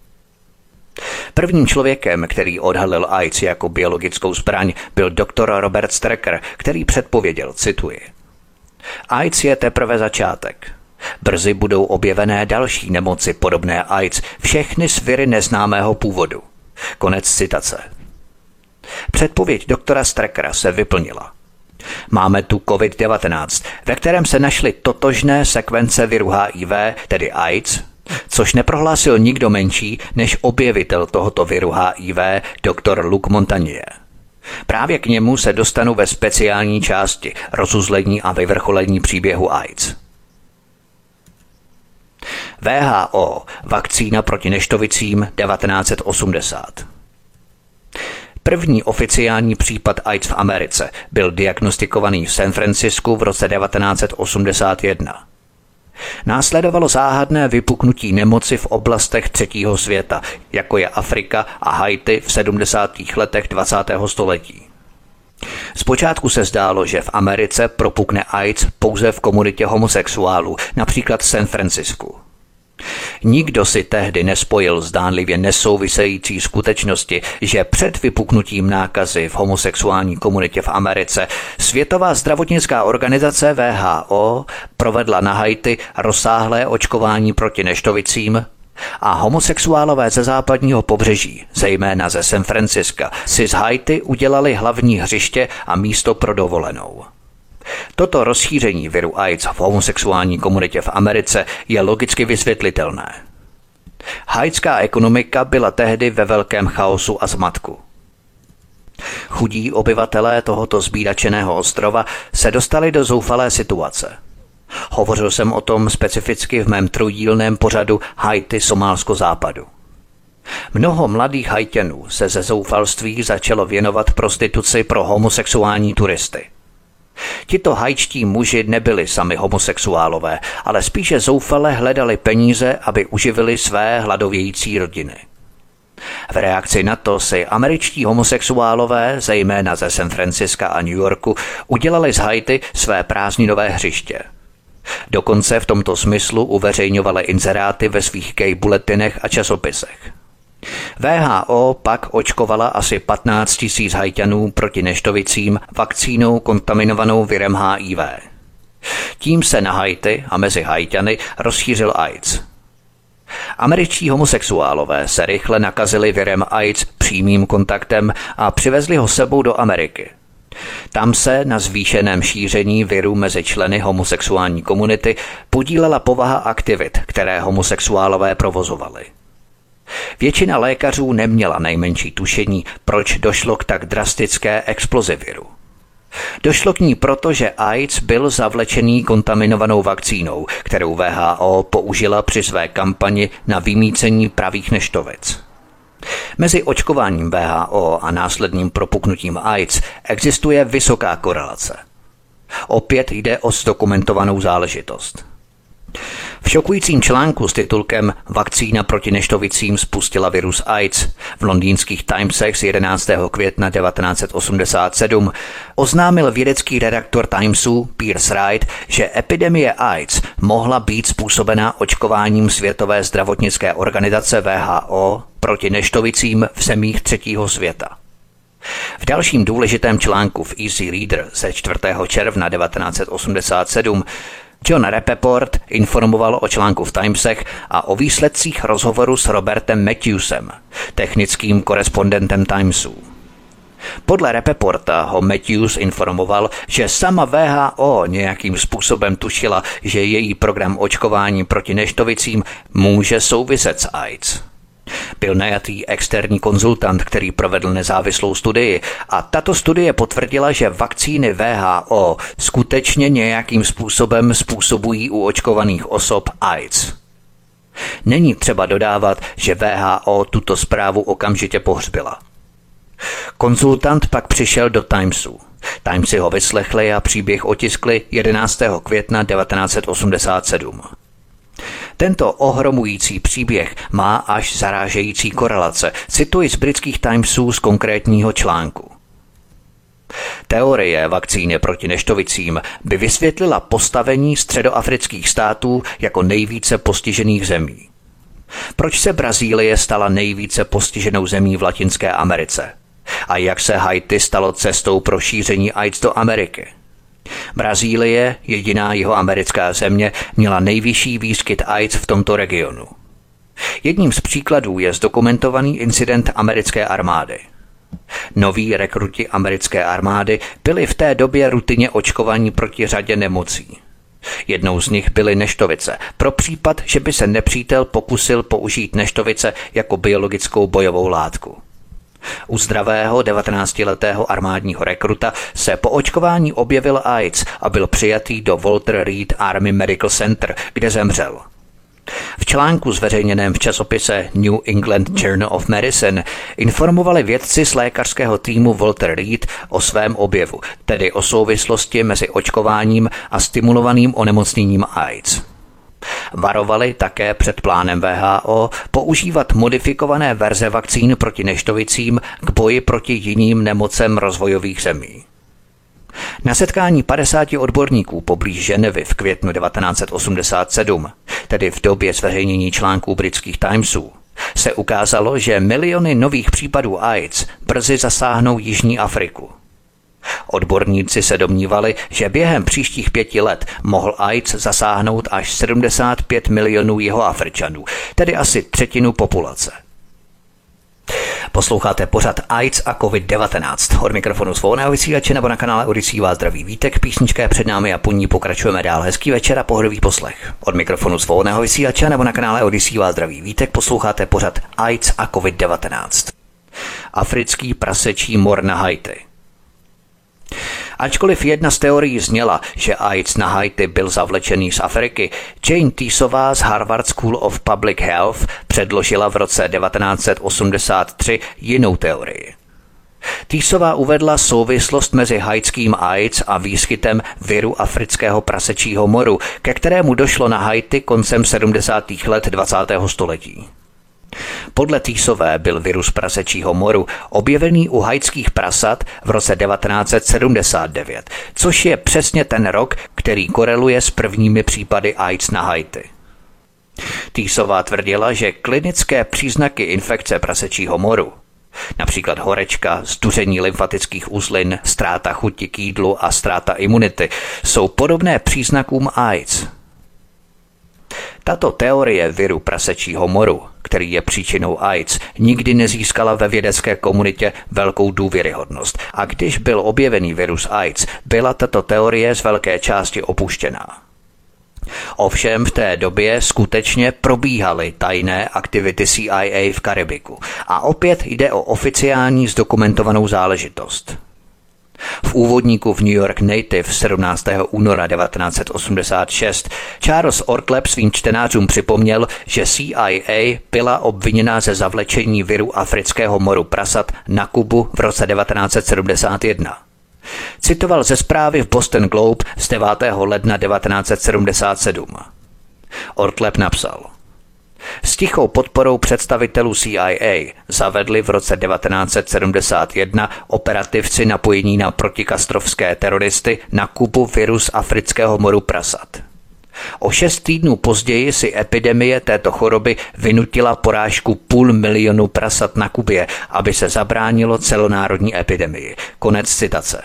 Speaker 1: Prvním člověkem, který odhalil AIDS jako biologickou zbraň, byl doktor Robert Strecker, který předpověděl, cituji: AIDS je teprve začátek. Brzy budou objevené další nemoci podobné AIDS, všechny s viry neznámého původu. Konec citace. Předpověď doktora Streckera se vyplnila. Máme tu COVID devatenáct, ve kterém se našly totožné sekvence viru H I V, tedy AIDS, což neprohlásil nikdo menší než objevitel tohoto viru H I V, doktor Luc Montagnier. Právě k němu se dostanu ve speciální části rozuzlení a vyvrcholení příběhu AIDS. W H O, vakcína proti neštovicím devatenáct set osmdesát. První oficiální případ AIDS v Americe byl diagnostikovaný v San Francisku v roce devatenáct set osmdesát jedna. Následovalo záhadné vypuknutí nemoci v oblastech třetího světa, jako je Afrika a Haiti v sedmdesátých letech dvacátého století. Zpočátku se zdálo, že v Americe propukne AIDS pouze v komunitě homosexuálů, například v San Francisku. Nikdo si tehdy nespojil zdánlivě nesouvisející skutečnosti, že před vypuknutím nákazy v homosexuální komunitě v Americe Světová zdravotnická organizace W H O provedla na Haiti rozsáhlé očkování proti neštovicím a homosexuálové ze západního pobřeží, zejména ze San Franciska, si z Haiti udělali hlavní hřiště a místo pro dovolenou. Toto rozšíření viru AIDS v homosexuální komunitě v Americe je logicky vysvětlitelné. Haitská ekonomika byla tehdy ve velkém chaosu a zmatku. Chudí obyvatelé tohoto zbídačeného ostrova se dostali do zoufalé situace. Hovořil jsem o tom specificky v mém trojdílném pořadu Haiti Somálsko-západu. Mnoho mladých Haitianů se ze zoufalství začalo věnovat prostituci pro homosexuální turisty. Tito haitští muži nebyli sami homosexuálové, ale spíše zoufale hledali peníze, aby uživili své hladovějící rodiny. V reakci na to si američtí homosexuálové, zejména ze San Franciska a New Yorku, udělali z Haiti své prázdninové hřiště. Dokonce v tomto smyslu uveřejňovali inzeráty ve svých gay bulletinech a časopisech. W H O pak očkovala asi patnáct tisíc Haitianů proti neštovicím vakcínou kontaminovanou virem H I V. Tím se na Haiti a mezi Haitiany rozšířil AIDS. Američtí homosexuálové se rychle nakazili virem AIDS přímým kontaktem a přivezli ho sebou do Ameriky. Tam se na zvýšeném šíření viru mezi členy homosexuální komunity podílela povaha aktivit, které homosexuálové provozovali. Většina lékařů neměla nejmenší tušení, proč došlo k tak drastické explozi viru. Došlo k ní proto, že AIDS byl zavlečený kontaminovanou vakcínou, kterou W H O použila při své kampani na vymýcení pravých neštovic. Mezi očkováním W H O a následným propuknutím AIDS existuje vysoká korelace. Opět jde o zdokumentovanou záležitost. V šokujícím článku s titulkem Vakcína proti neštovicím spustila virus AIDS v londýnských Timesech z jedenáctého května devatenáct set osmdesát sedm oznámil vědecký redaktor Timesu Piers Wright, že epidemie AIDS mohla být způsobená očkováním Světové zdravotnické organizace W H O proti neštovicím v zemích třetího světa. V dalším důležitém článku v Easy Reader ze čtvrtého června devatenáct set osmdesát sedm John Rappaport informoval o článku v Timesech a o výsledcích rozhovoru s Robertem Matthewsem, technickým korespondentem Timesu. Podle Rappaporta ho Matthews informoval, že sama W H O nějakým způsobem tušila, že její program očkování proti neštovicím může souviset s AIDS. Byl najatý externí konzultant, který provedl nezávislou studii a tato studie potvrdila, že vakcíny W H O skutečně nějakým způsobem způsobují u očkovaných osob AIDS. Není třeba dodávat, že W H O tuto zprávu okamžitě pohřbila. Konzultant pak přišel do Timesu. Timesy ho vyslechli a příběh otiskli jedenáctého května devatenáct set osmdesát sedm. Tento ohromující příběh má až zarážející korelace. Cituji z britských Timesů z konkrétního článku. Teorie vakcíny proti neštovicím by vysvětlila postavení středoafrických států jako nejvíce postižených zemí. Proč se Brazílie stala nejvíce postiženou zemí v Latinské Americe? A jak se Haiti stalo cestou pro šíření AIDS do Ameriky? Brazílie, jediná jihoamerická země, měla nejvyšší výskyt AIDS v tomto regionu. Jedním z příkladů je zdokumentovaný incident americké armády. Noví rekruti americké armády byli v té době rutině očkovaní proti řadě nemocí. Jednou z nich byly neštovice, pro případ, že by se nepřítel pokusil použít neštovice jako biologickou bojovou látku. U zdravého devatenáctiletého armádního rekruta se po očkování objevil AIDS a byl přijatý do Walter Reed Army Medical Center, kde zemřel. V článku zveřejněném v časopise New England Journal of Medicine informovali vědci z lékařského týmu Walter Reed o svém objevu, tedy o souvislosti mezi očkováním a stimulovaným onemocněním AIDS. Varovali také před plánem W H O používat modifikované verze vakcín proti neštovicím k boji proti jiným nemocem rozvojových zemí. Na setkání padesáti odborníků poblíž Ženevy v květnu devatenáct set osmdesát sedm, tedy v době zveřejnění článků britských Timesů, se ukázalo, že miliony nových případů AIDS brzy zasáhnou Jižní Afriku. Odborníci se domnívali, že během příštích pěti let mohl AIDS zasáhnout až sedmdesát pět milionů Jihoafričanů, tedy asi třetinu populace. Posloucháte pořad AIDS a covid devatenáct. Od mikrofonu svobodného vysílače nebo na kanále Odyssey vás zdraví Vítek, písnička je před námi a po ní pokračujeme dál. Hezký večer a pohodový poslech. Od mikrofonu svobodného vysílače nebo na kanále Odyssey vás zdraví Vítek, posloucháte pořad AIDS a covid devatenáct. Africký prasečí mor na Haiti. Ačkoliv jedna z teorií zněla, že AIDS na Haiti byl zavlečený z Afriky, Jane Teesová z Harvard School of Public Health předložila v roce devatenáct set osmdesát tři jinou teorii. Teesová uvedla souvislost mezi haitským AIDS a výskytem viru afrického prasečího moru, ke kterému došlo na Haiti koncem sedmdesátých let dvacátého století. Podle Teesové byl virus prasečího moru objevený u haitských prasat v roce devatenáct set sedmdesát devět, což je přesně ten rok, který koreluje s prvními případy AIDS na Haiti. Teesová tvrdila, že klinické příznaky infekce prasečího moru, například horečka, zduření lymfatických uzlin, ztráta chuti k jídlu a ztráta imunity, jsou podobné příznakům AIDS. Tato teorie viru prasečího moru, který je příčinou AIDS, nikdy nezískala ve vědecké komunitě velkou důvěryhodnost a když byl objevený virus AIDS, byla tato teorie z velké části opuštěná. Ovšem v té době skutečně probíhaly tajné aktivity C I A v Karibiku a opět jde o oficiální zdokumentovanou záležitost. V úvodníku v New York Native sedmnáctého února devatenáct set osmdesát šest Charles Ortleb svým čtenářům připomněl, že C I A byla obviněna ze zavlečení viru afrického moru prasat na Kubu v roce devatenáct set sedmdesát jedna. Citoval ze zprávy v Boston Globe z devátého ledna devatenáct set sedmdesát sedm. Ortleb napsal: S tichou podporou představitelů C I A zavedli v roce devatenáct set sedmdesát jedna operativci napojení na protikastrovské teroristy na Kubu virus afrického moru prasat. O šest týdnů později si epidemie této choroby vynutila porážku půl milionu prasat na Kubě, aby se zabránilo celonárodní epidemii. Konec citace.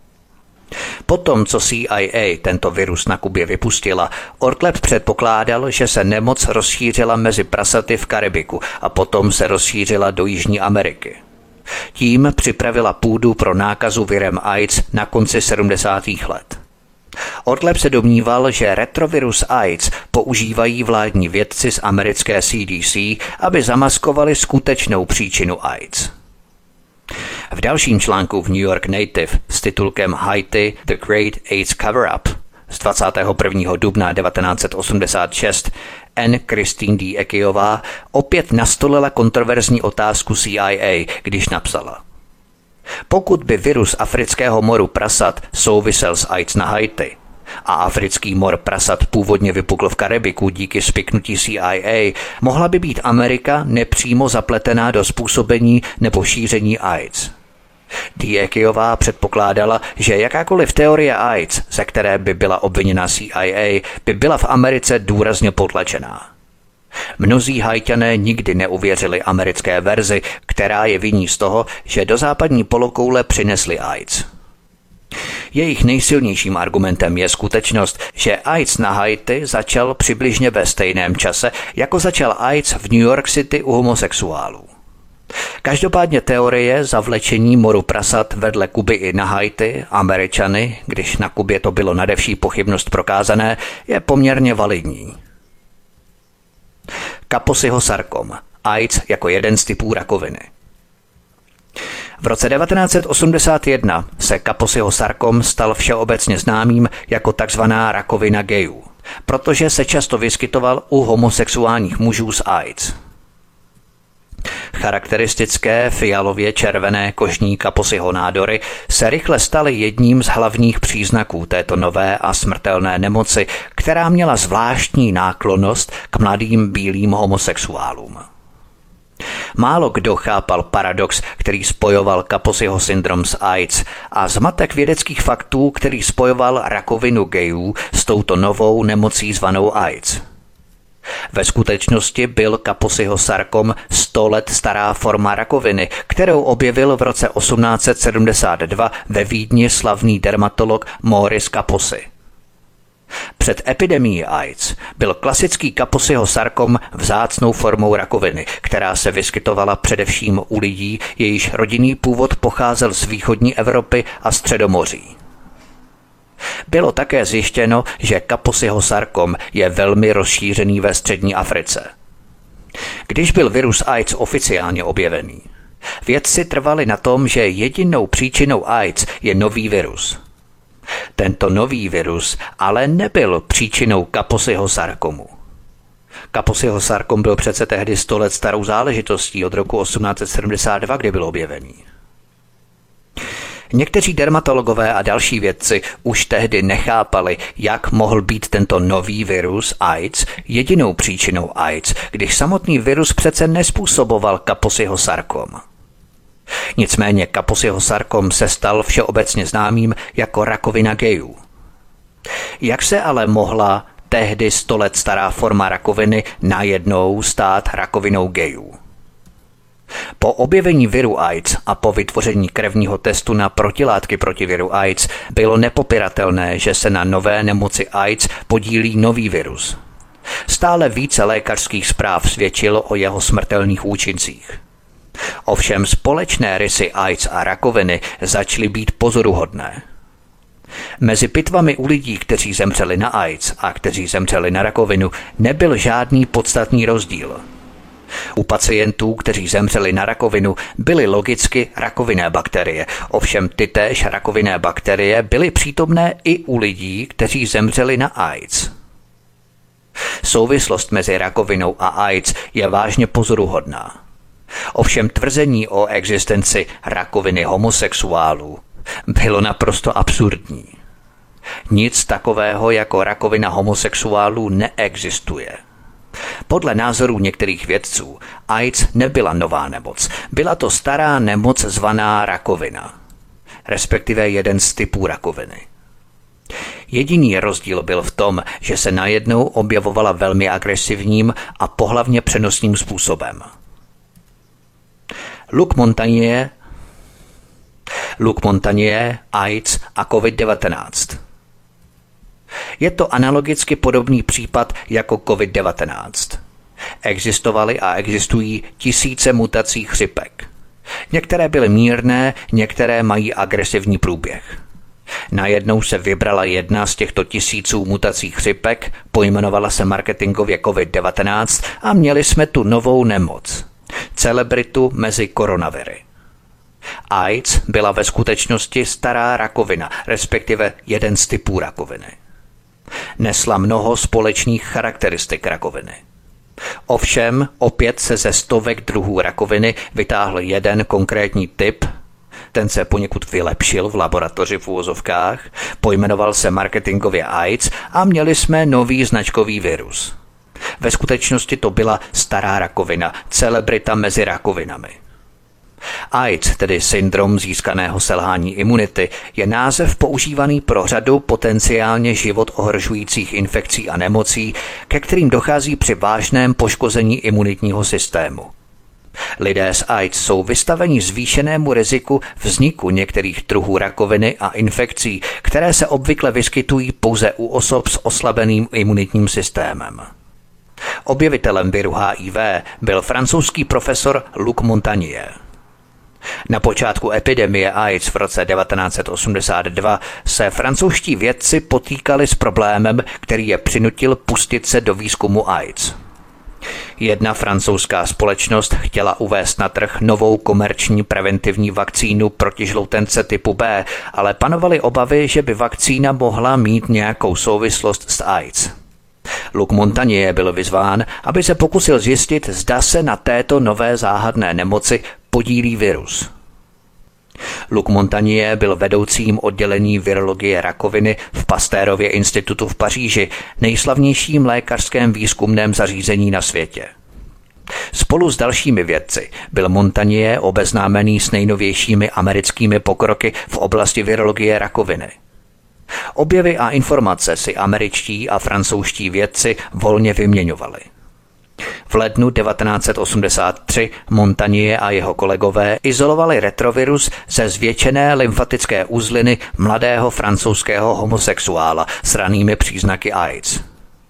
Speaker 1: Potom, co C I A tento virus na Kubě vypustila, Ortleb předpokládal, že se nemoc rozšířila mezi prasaty v Karibiku a potom se rozšířila do Jižní Ameriky. Tím připravila půdu pro nákazu virem AIDS na konci sedmdesátých let. Ortleb se domníval, že retrovirus AIDS používají vládní vědci z americké C D C, aby zamaskovali skutečnou příčinu AIDS. V dalším článku v New York Native s titulkem Haiti The Great AIDS Cover-up z dvacátého prvního dubna devatenáct set osmdesát šest N. Christine D. Ekiová opět nastolila kontroverzní otázku C I A, když napsala: Pokud by virus afrického moru prasat souvisel s AIDS na Haiti a africký mor prasat původně vypukl v Karibiku díky spiknutí C I A, mohla by být Amerika nepřímo zapletená do způsobení nebo šíření AIDS. Diekiová předpokládala, že jakákoliv teorie AIDS, ze které by byla obviněna C I A, by byla v Americe důrazně potlačená. Mnozí Haitiané nikdy neuvěřili americké verzi, která je viní z toho, že do západní polokoule přinesli AIDS. Jejich nejsilnějším argumentem je skutečnost, že AIDS na Haiti začal přibližně ve stejném čase, jako začal AIDS v New York City u homosexuálů. Každopádně teorie zavlečení moru prasat vedle Kuby i na Haiti Američany, když na Kubě to bylo nade vší pochybnost prokázané, je poměrně validní. Kaposiho sarkom, AIDS jako jeden z typů rakoviny. V roce devatenáct set osmdesát jedna se Kaposiho sarkom stal všeobecně známým jako takzvaná rakovina gayů, protože se často vyskytoval u homosexuálních mužů s AIDS. Charakteristické fialově červené kožní Kaposiho nádory se rychle staly jedním z hlavních příznaků této nové a smrtelné nemoci, která měla zvláštní náklonnost k mladým bílým homosexuálům. Málo kdo chápal paradox, který spojoval Kaposiho syndrom s AIDS a zmatek vědeckých faktů, který spojoval rakovinu gayů s touto novou nemocí zvanou AIDS. Ve skutečnosti byl Kaposiho sarkom sto let stará forma rakoviny, kterou objevil v roce osmnáct set sedmdesát dva ve Vídni slavný dermatolog Maurice Kaposi. Před epidemií AIDS byl klasický Kaposiho sarkom vzácnou formou rakoviny, která se vyskytovala především u lidí, jejichž rodinný původ pocházel z východní Evropy a Středomoří. Bylo také zjištěno, že Kaposiho sarkom je velmi rozšířený ve střední Africe. Když byl virus AIDS oficiálně objevený, vědci trvali na tom, že jedinou příčinou AIDS je nový virus. Tento nový virus ale nebyl příčinou Kaposiho sarkomu. Kaposiho sarkom byl přece tehdy sto let starou záležitostí od roku osmnáct set sedmdesát dva, kdy byl objevený. Někteří dermatologové a další vědci už tehdy nechápali, jak mohl být tento nový virus AIDS jedinou příčinou AIDS, když samotný virus přece nespůsoboval Kaposiho sarkom. Nicméně Kaposiho sarkom se stal všeobecně známým jako rakovina gayů. Jak se ale mohla tehdy sto let stará forma rakoviny najednou stát rakovinou gayů? Po objevení viru AIDS a po vytvoření krevního testu na protilátky proti viru AIDS bylo nepopiratelné, že se na nové nemoci AIDS podílí nový virus. Stále více lékařských zpráv svědčilo o jeho smrtelných účincích. Ovšem společné rysy AIDS a rakoviny začaly být pozoruhodné. Mezi pitvami u lidí, kteří zemřeli na AIDS a kteří zemřeli na rakovinu, nebyl žádný podstatný rozdíl. U pacientů, kteří zemřeli na rakovinu, byly logicky rakovinné bakterie, ovšem tytéž rakovinné bakterie byly přítomné i u lidí, kteří zemřeli na AIDS. Souvislost mezi rakovinou a AIDS je vážně pozoruhodná. Ovšem tvrzení o existenci rakoviny homosexuálů bylo naprosto absurdní. Nic takového jako rakovina homosexuálů neexistuje. Podle názorů některých vědců AIDS nebyla nová nemoc, byla to stará nemoc zvaná rakovina, respektive jeden z typů rakoviny. Jediný rozdíl byl v tom, že se najednou objevovala velmi agresivním a pohlavně přenosným způsobem. Luc Montagnier, Luc Montagnier, AIDS a covid devatenáct. Je to analogicky podobný případ jako covid devatenáct. Existovaly a existují tisíce mutací chřipek. Některé byly mírné, některé mají agresivní průběh. Najednou se vybrala jedna z těchto tisíců mutací chřipek, pojmenovala se marketingově covid devatenáct a měli jsme tu novou nemoc. Celebritu mezi koronaviry. AIDS byla ve skutečnosti stará rakovina, respektive jeden z typů rakoviny. Nesla mnoho společných charakteristik rakoviny. Ovšem, opět se ze stovek druhů rakoviny vytáhl jeden konkrétní typ, ten se poněkud vylepšil v laboratoři v uvozovkách, pojmenoval se marketingově AIDS a měli jsme nový značkový virus. Ve skutečnosti to byla stará rakovina, celebrita mezi rakovinami. AIDS, tedy syndrom získaného selhání imunity, je název používaný pro řadu potenciálně život ohrožujících infekcí a nemocí, ke kterým dochází při vážném poškození imunitního systému. Lidé s AIDS jsou vystaveni zvýšenému riziku vzniku některých druhů rakoviny a infekcí, které se obvykle vyskytují pouze u osob s oslabeným imunitním systémem. Objevitelem viru H I V byl francouzský profesor Luc Montagnier. Na počátku epidemie AIDS v roce devatenáct set osmdesát dva se francouzští vědci potýkali s problémem, který je přinutil pustit se do výzkumu AIDS. Jedna francouzská společnost chtěla uvést na trh novou komerční preventivní vakcínu proti žloutence typu B, ale panovaly obavy, že by vakcína mohla mít nějakou souvislost s AIDS. Luc Montagnier byl vyzván, aby se pokusil zjistit, zda se na této nové záhadné nemoci podílí virus. Luc Montagnier byl vedoucím oddělení virologie rakoviny v Pasteurově institutu v Paříži, nejslavnějším lékařském výzkumném zařízení na světě. Spolu s dalšími vědci byl Montagnier obeznámený s nejnovějšími americkými pokroky v oblasti virologie rakoviny. Objevy a informace si američtí a francouzští vědci volně vyměňovali. V lednu devatenáct set osmdesát tři Montagnier a jeho kolegové izolovali retrovirus ze zvětšené lymfatické uzliny mladého francouzského homosexuála s ranými příznaky AIDS.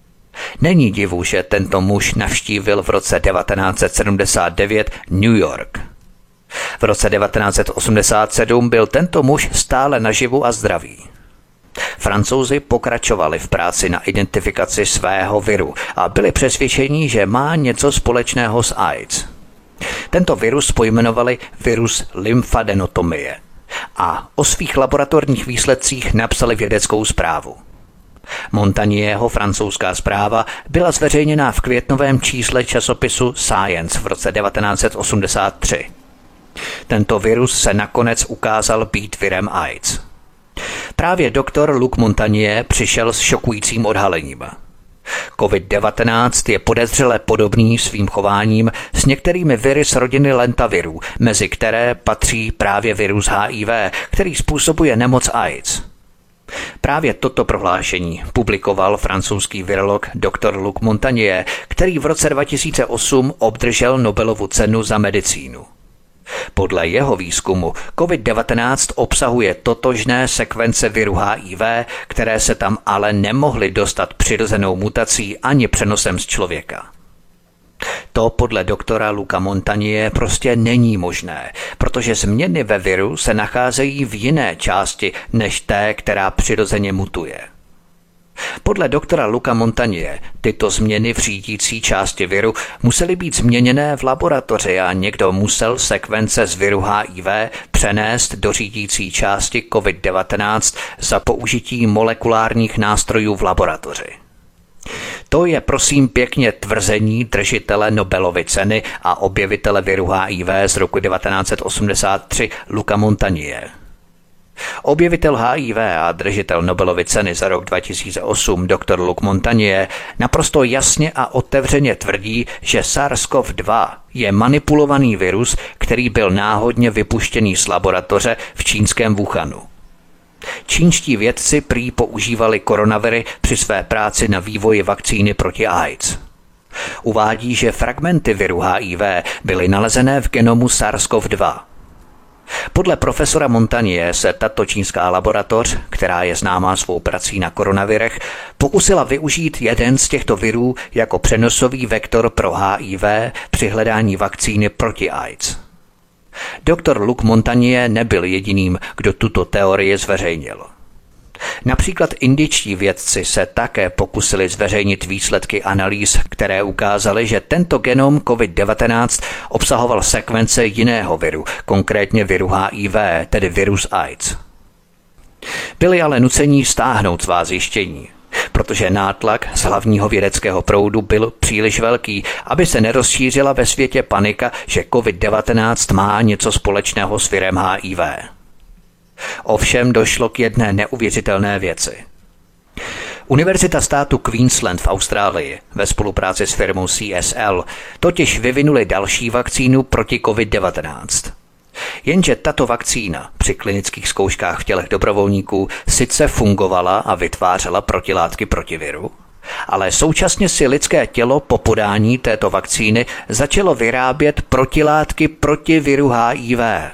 Speaker 1: Není divu, že tento muž navštívil v roce devatenáct set sedmdesát devět New York. V roce devatenáct set osmdesát sedm byl tento muž stále naživu a zdravý. Francouzi pokračovali v práci na identifikaci svého viru a byli přesvědčeni, že má něco společného s AIDS. Tento virus pojmenovali virus lymfadenotomie a o svých laboratorních výsledcích napsali vědeckou zprávu. Montagnierho francouzská zpráva byla zveřejněna v květnovém čísle časopisu Science v roce devatenáct set osmdesát tři. Tento virus se nakonec ukázal být virem AIDS. Právě doktor Luc Montagnier přišel s šokujícím odhalením. covid devatenáct je podezřele podobný svým chováním s některými viry z rodiny lentavirů, mezi které patří právě virus H I V, který způsobuje nemoc AIDS. Právě toto prohlášení publikoval francouzský virolog doktor Luc Montagnier, který v roce dva tisíce osm obdržel Nobelovu cenu za medicínu. Podle jeho výzkumu covid devatenáct obsahuje totožné sekvence viru H I V, které se tam ale nemohly dostat přirozenou mutací ani přenosem z člověka. To podle doktora Luca Montagnier prostě není možné, protože změny ve viru se nacházejí v jiné části než té, která přirozeně mutuje. Podle doktora Luca Montagnier tyto změny v řídící části viru musely být změněné v laboratoři a někdo musel sekvence z viru H I V přenést do řídící části covid devatenáct za použití molekulárních nástrojů v laboratoři. To je prosím pěkně tvrzení držitele Nobelovy ceny a objevitele viru H I V z roku devatenáct set osmdesát tři Luca Montagnier. Objevitel H I V a držitel Nobelovy ceny za rok dva tisíce osm doktor Luc Montagnier naprosto jasně a otevřeně tvrdí, že SARS-CoV dva je manipulovaný virus, který byl náhodně vypuštěný z laboratoře v čínském Wuhanu. Čínští vědci prý používali koronaviry při své práci na vývoji vakcíny proti AIDS. Uvádí, že fragmenty viru H I V byly nalezené v genomu SARS-CoV dva. Podle profesora Montagnier se tato čínská laboratoř, která je známá svou prací na koronavirech, pokusila využít jeden z těchto virů jako přenosový vektor pro H I V při hledání vakcíny proti AIDS. Doktor Luc Montagnier nebyl jediným, kdo tuto teorii zveřejnil. Například indičtí vědci se také pokusili zveřejnit výsledky analýz, které ukázaly, že tento genom covid devatenáct obsahoval sekvence jiného viru, konkrétně viru H I V, tedy virus AIDS. Byli ale nuceni stáhnout svá zjištění, protože nátlak z hlavního vědeckého proudu byl příliš velký, aby se nerozšířila ve světě panika, že covid devatenáct má něco společného s virem H I V. Ovšem došlo k jedné neuvěřitelné věci. Univerzita státu Queensland v Austrálii ve spolupráci s firmou C S L totiž vyvinuli další vakcínu proti covid devatenáct. Jenže tato vakcína při klinických zkouškách v tělech dobrovolníků sice fungovala a vytvářela protilátky proti viru, ale současně si lidské tělo po podání této vakcíny začalo vyrábět protilátky proti viru H I V.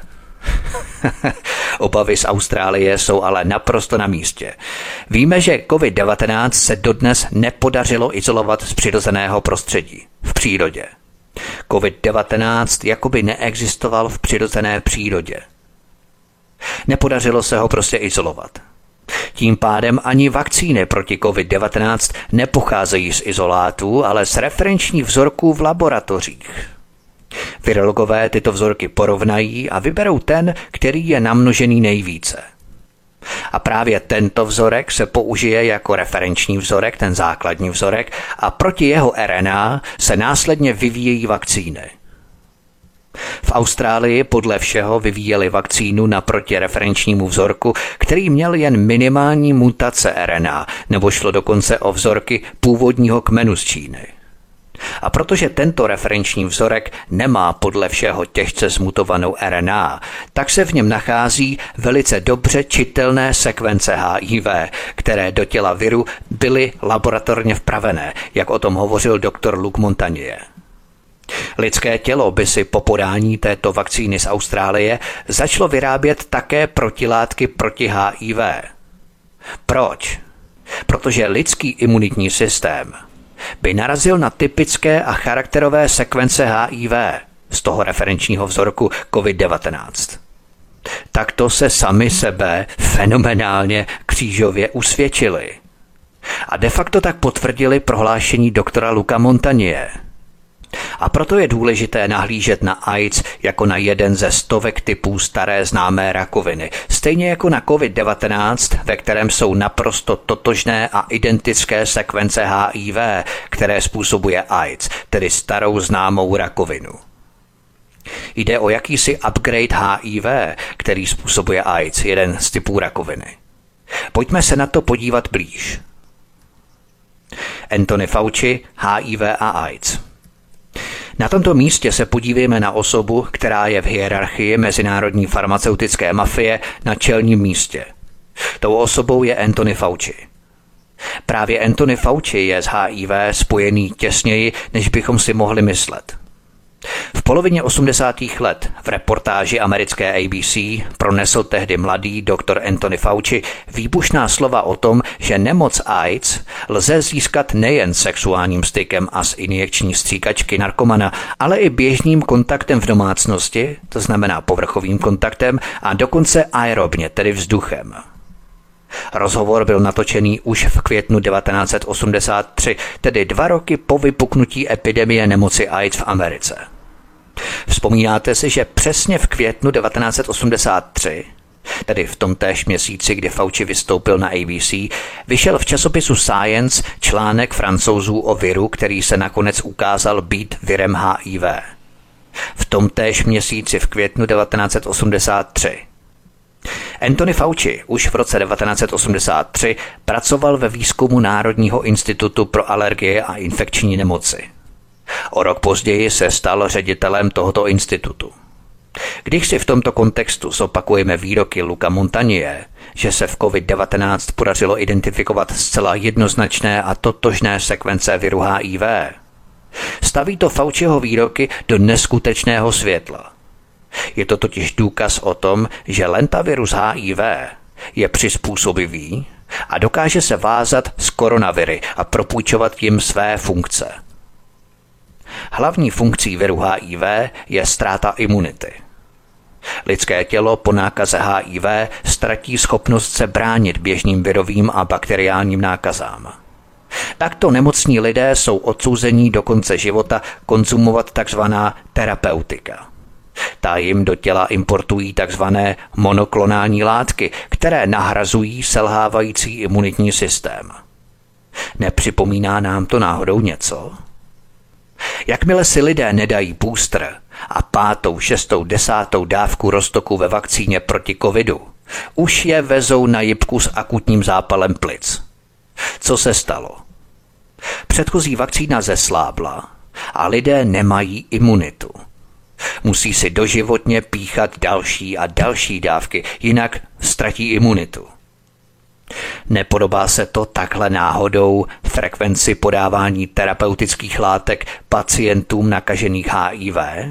Speaker 1: Obavy z Austrálie jsou ale naprosto na místě. Víme, že covid devatenáct se dodnes nepodařilo izolovat z přirozeného prostředí, v přírodě. covid devatenáct jakoby neexistoval v přirozené přírodě. Nepodařilo se ho prostě izolovat. Tím pádem ani vakcíny proti covid devatenáct nepocházejí z izolátů, ale z referenčních vzorků v laboratořích. Virologové tyto vzorky porovnají a vyberou ten, který je namnožený nejvíce. A právě tento vzorek se použije jako referenční vzorek, ten základní vzorek, a proti jeho R N A se následně vyvíjejí vakcíny. V Austrálii podle všeho vyvíjeli vakcínu naproti referenčnímu vzorku, který měl jen minimální mutace R N A, nebo šlo dokonce o vzorky původního kmenu z Číny. A protože tento referenční vzorek nemá podle všeho těžce zmutovanou R N A, tak se v něm nachází velice dobře čitelné sekvence H I V, které do těla viru byly laboratorně vpravené, jak o tom hovořil doktor Luc Montagnier. Lidské tělo by si po podání této vakcíny z Austrálie začalo vyrábět také protilátky proti H I V. Proč? Protože lidský imunitní systém by narazil na typické a charakterové sekvence H I V z toho referenčního vzorku covid devatenáct. Takto se sami sebe fenomenálně křížově usvědčili. A de facto tak potvrdili prohlášení doktora Luca Montagnier. A proto je důležité nahlížet na AIDS jako na jeden ze stovek typů staré známé rakoviny, stejně jako na covid devatenáct, ve kterém jsou naprosto totožné a identické sekvence H I V, které způsobuje AIDS, tedy starou známou rakovinu. Jde o jakýsi upgrade H I V, který způsobuje AIDS, jeden z typů rakoviny. Pojďme se na to podívat blíž. Anthony Fauci, H I V a AIDS. Na tomto místě se podívejme na osobu, která je v hierarchii mezinárodní farmaceutické mafie na čelním místě. Tou osobou je Anthony Fauci. Právě Anthony Fauci je s H I V spojený těsněji, než bychom si mohli myslet. V polovině osmdesátých let v reportáži americké A B C pronesl tehdy mladý doktor Anthony Fauci výbušná slova o tom, že nemoc AIDS lze získat nejen sexuálním stykem a z injekční stříkačky narkomana, ale i běžným kontaktem v domácnosti, to znamená povrchovým kontaktem, a dokonce aerobně, tedy vzduchem. Rozhovor byl natočený už v květnu devatenáct set osmdesát tři, tedy dva roky po vypuknutí epidemie nemoci AIDS v Americe. Vzpomínáte si, že přesně v květnu devatenáct set osmdesát tři, tedy v tom též měsíci, kdy Fauci vystoupil na A B C, vyšel v časopisu Science článek Francouzů o viru, který se nakonec ukázal být virem H I V. V tom též měsíci v květnu devatenáct set osmdesát tři. Anthony Fauci už v roce devatenáct set osmdesát tři pracoval ve výzkumu Národního institutu pro alergie a infekční nemoci. O rok později se stal ředitelem tohoto institutu. Když si v tomto kontextu zopakujeme výroky Luca Montagnier, že se v covid devatenáct podařilo identifikovat zcela jednoznačné a totožné sekvence viru H I V, staví to Fauciho výroky do neskutečného světla. Je to totiž důkaz o tom, že lentavirus H I V je přizpůsobivý a dokáže se vázat s koronaviry a propůjčovat jim své funkce. Hlavní funkcí viru H I V je ztráta imunity. Lidské tělo po nákaze H I V ztratí schopnost se bránit běžným virovým a bakteriálním nákazám. Takto nemocní lidé jsou odsouzení do konce života konzumovat takzvaná terapeutika. Ta jim do těla importují takzvané monoklonální látky, které nahrazují selhávající imunitní systém. Nepřipomíná nám to náhodou něco? Jakmile si lidé nedají booster a pátou, šestou, desátou dávku roztoku ve vakcíně proti covidu, už je vezou na jipku s akutním zápalem plic. Co se stalo? Předchozí vakcína zeslábla a lidé nemají imunitu. Musí si doživotně píchat další a další dávky, jinak ztratí imunitu. Nepodobá se to takhle náhodou frekvenci podávání terapeutických látek pacientům nakažených H I V?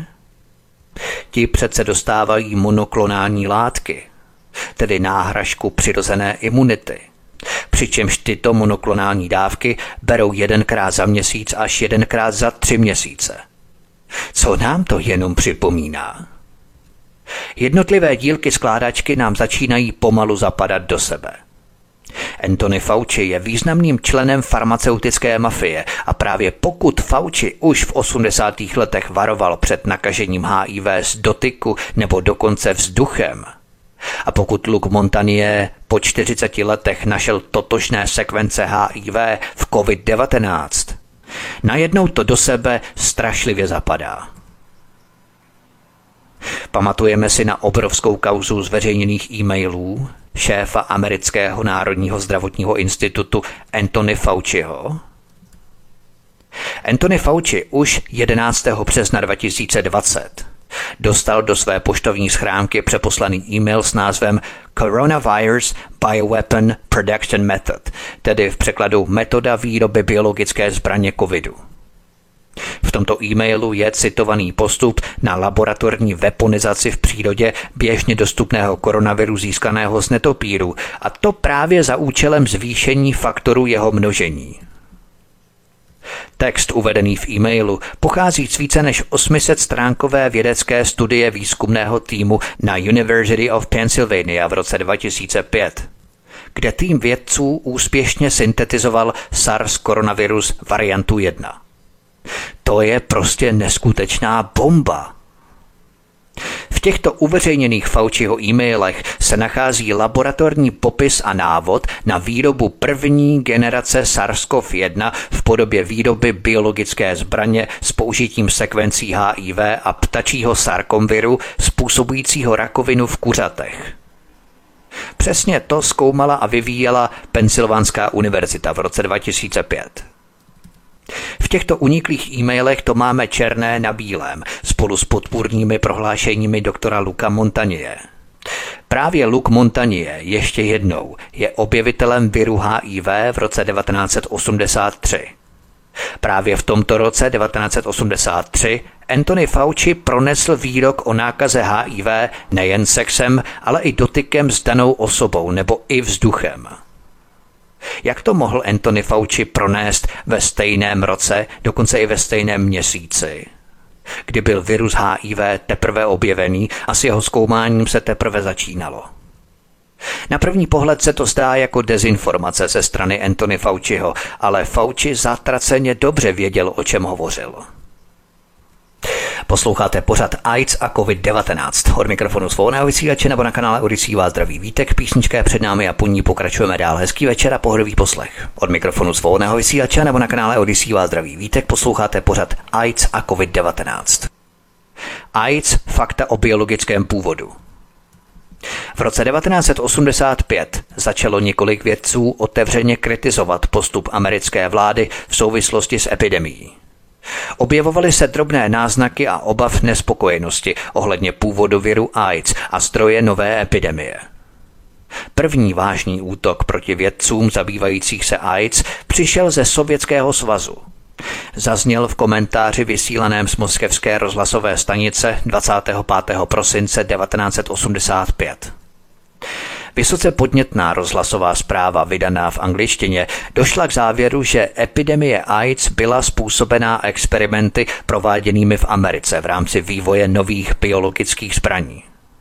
Speaker 1: Ti přece dostávají monoklonální látky, tedy náhražku přirozené imunity. Přičemž tyto monoklonální dávky berou jedenkrát za měsíc až jedenkrát za tři měsíce. Co nám to jenom připomíná? Jednotlivé dílky skládačky nám začínají pomalu zapadat do sebe. Anthony Fauci je významným členem farmaceutické mafie a právě pokud Fauci už v osmdesátých letech varoval před nakažením H I V z dotyku nebo dokonce vzduchem, a pokud Luc Montagnier po čtyřiceti letech našel totožné sekvence H I V v covid devatenáct, najednou to do sebe strašlivě zapadá. Pamatujeme si na obrovskou kauzu zveřejněných e-mailů šéfa amerického národního zdravotního institutu Anthony Fauciho? Anthony Fauci už jedenáctého března dva tisíce dvacet dostal do své poštovní schránky přeposlaný e-mail s názvem Coronavirus Bioweapon Production Method, tedy v překladu metoda výroby biologické zbraně covidu. V tomto e-mailu je citovaný postup na laboratorní weaponizaci v přírodě běžně dostupného koronaviru získaného z netopíru, a to právě za účelem zvýšení faktoru jeho množení. Text uvedený v e-mailu pochází z více než osm set stránkové vědecké studie výzkumného týmu na University of Pennsylvania v roce dva tisíce pět, kde tým vědců úspěšně syntetizoval SARS koronavirus variantu jedna. To je prostě neskutečná bomba. V těchto uveřejněných Fauciho e-mailech se nachází laboratorní popis a návod na výrobu první generace SARS-C o V jedna v podobě výroby biologické zbraně s použitím sekvencí H I V a ptačího sarkomviru způsobujícího rakovinu v kuřatech. Přesně to zkoumala a vyvíjela Pensylvánská univerzita v roce dva tisíce pět. V těchto uniklých e-mailech to máme černé na bílém, spolu s podpůrnými prohlášeními doktora Luca Montagnier. Právě Luc Montagnier ještě jednou je objevitelem viru H I V v roce devatenáct set osmdesát tři. Právě v tomto roce devatenáct set osmdesát tři Anthony Fauci pronesl výrok o nákaze H I V nejen sexem, ale i dotykem s danou osobou nebo i vzduchem. Jak to mohl Anthony Fauci pronést ve stejném roce, dokonce i ve stejném měsíci, kdy byl virus H I V teprve objevený a s jeho zkoumáním se teprve začínalo? Na první pohled se to zdá jako dezinformace ze strany Anthony Fauciho, ale Fauci zatraceně dobře věděl, o čem hovořil. Posloucháte pořad AIDS a covid devatenáct. Od mikrofonu svobodného vysílače nebo na kanále Odyssey vás zdraví Vítek, písnička je před námi a po ní pokračujeme dál. Hezký večer a pohodový poslech. Od mikrofonu svobodného vysílače nebo na kanále Odyssey vás zdraví Vítek, posloucháte pořad AIDS a covid devatenáct. AIDS, fakta o biologickém původu. V roce devatenáct set osmdesát pět začalo několik vědců otevřeně kritizovat postup americké vlády v souvislosti s epidemií. Objevovaly se drobné náznaky a obav nespokojenosti ohledně původu viru AIDS a zdroje nové epidemie. První vážný útok proti vědcům zabývajících se AIDS přišel ze Sovětského svazu. Zazněl v komentáři vysílaném z moskevské rozhlasové stanice dvacátého pátého prosince devatenáct set osmdesát pět. Vysoce podnětná rozhlasová zpráva vydaná v angličtině došla k závěru, že epidemie AIDS byla způsobená experimenty prováděnými v Americe v rámci vývoje nových biologických zbraní.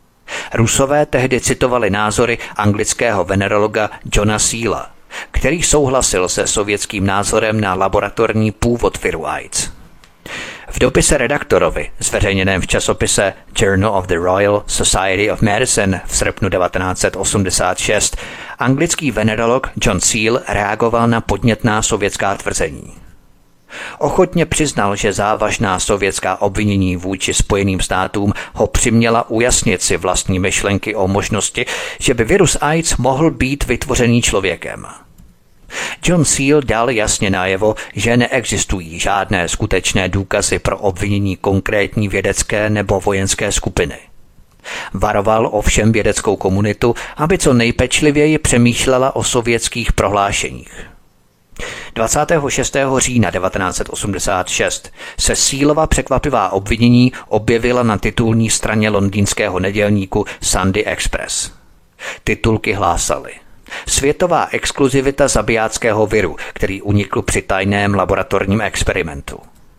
Speaker 1: Rusové tehdy citovali názory anglického venerologa Johna Seala, který souhlasil se sovětským názorem na laboratorní původ viru AIDS. V dopise redaktorovi, zveřejněném v časopise Journal of the Royal Society of Medicine v srpnu devatenáct set osmdesát šest, anglický venerolog John Seale reagoval na podnětná sovětská tvrzení. Ochotně přiznal, že závažná sovětská obvinění vůči Spojeným státům ho přiměla ujasnit si vlastní myšlenky o možnosti, že by virus AIDS mohl být vytvořený člověkem. John Seale dal jasně najevo, že neexistují žádné skutečné důkazy pro obvinění konkrétní vědecké nebo vojenské skupiny. Varoval ovšem vědeckou komunitu, aby co nejpečlivěji přemýšlela o sovětských prohlášeních. dvacátého šestého října devatenáct set osmdesát šest se Sealova překvapivá obvinění objevila na titulní straně londýnského nedělníku Sunday Express. Titulky hlásaly: Světová exkluzivita zabijáckého viru, který unikl při tajném laboratorním experimentu.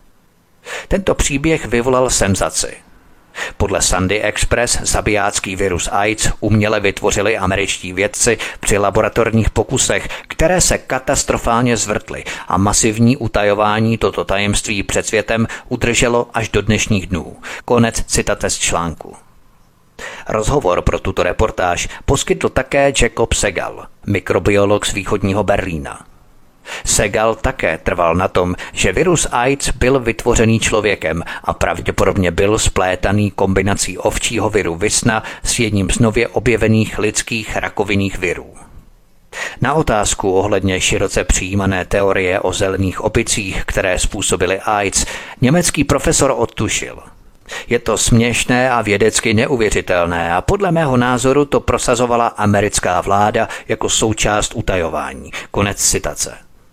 Speaker 1: Tento příběh vyvolal senzaci. Podle Sunday Express zabijácký virus AIDS uměle vytvořili američtí vědci při laboratorních pokusech, které se katastrofálně zvrtly a masivní utajování toto tajemství před světem udrželo až do dnešních dnů. Konec citace z článku. Rozhovor pro tuto reportáž poskytl také Jacob Segal, mikrobiolog z východního Berlína. Segal také trval na tom, že virus AIDS byl vytvořený člověkem a pravděpodobně byl splétaný kombinací ovčího viru Visna s jedním z nově objevených lidských rakovinných virů. Na otázku ohledně široce přijímané teorie o zelených opicích, které způsobily AIDS, německý profesor odtušil: Je to směšné a vědecky neuvěřitelné a podle mého názoru to prosazovala americká vláda jako součást utajování. Konec citace.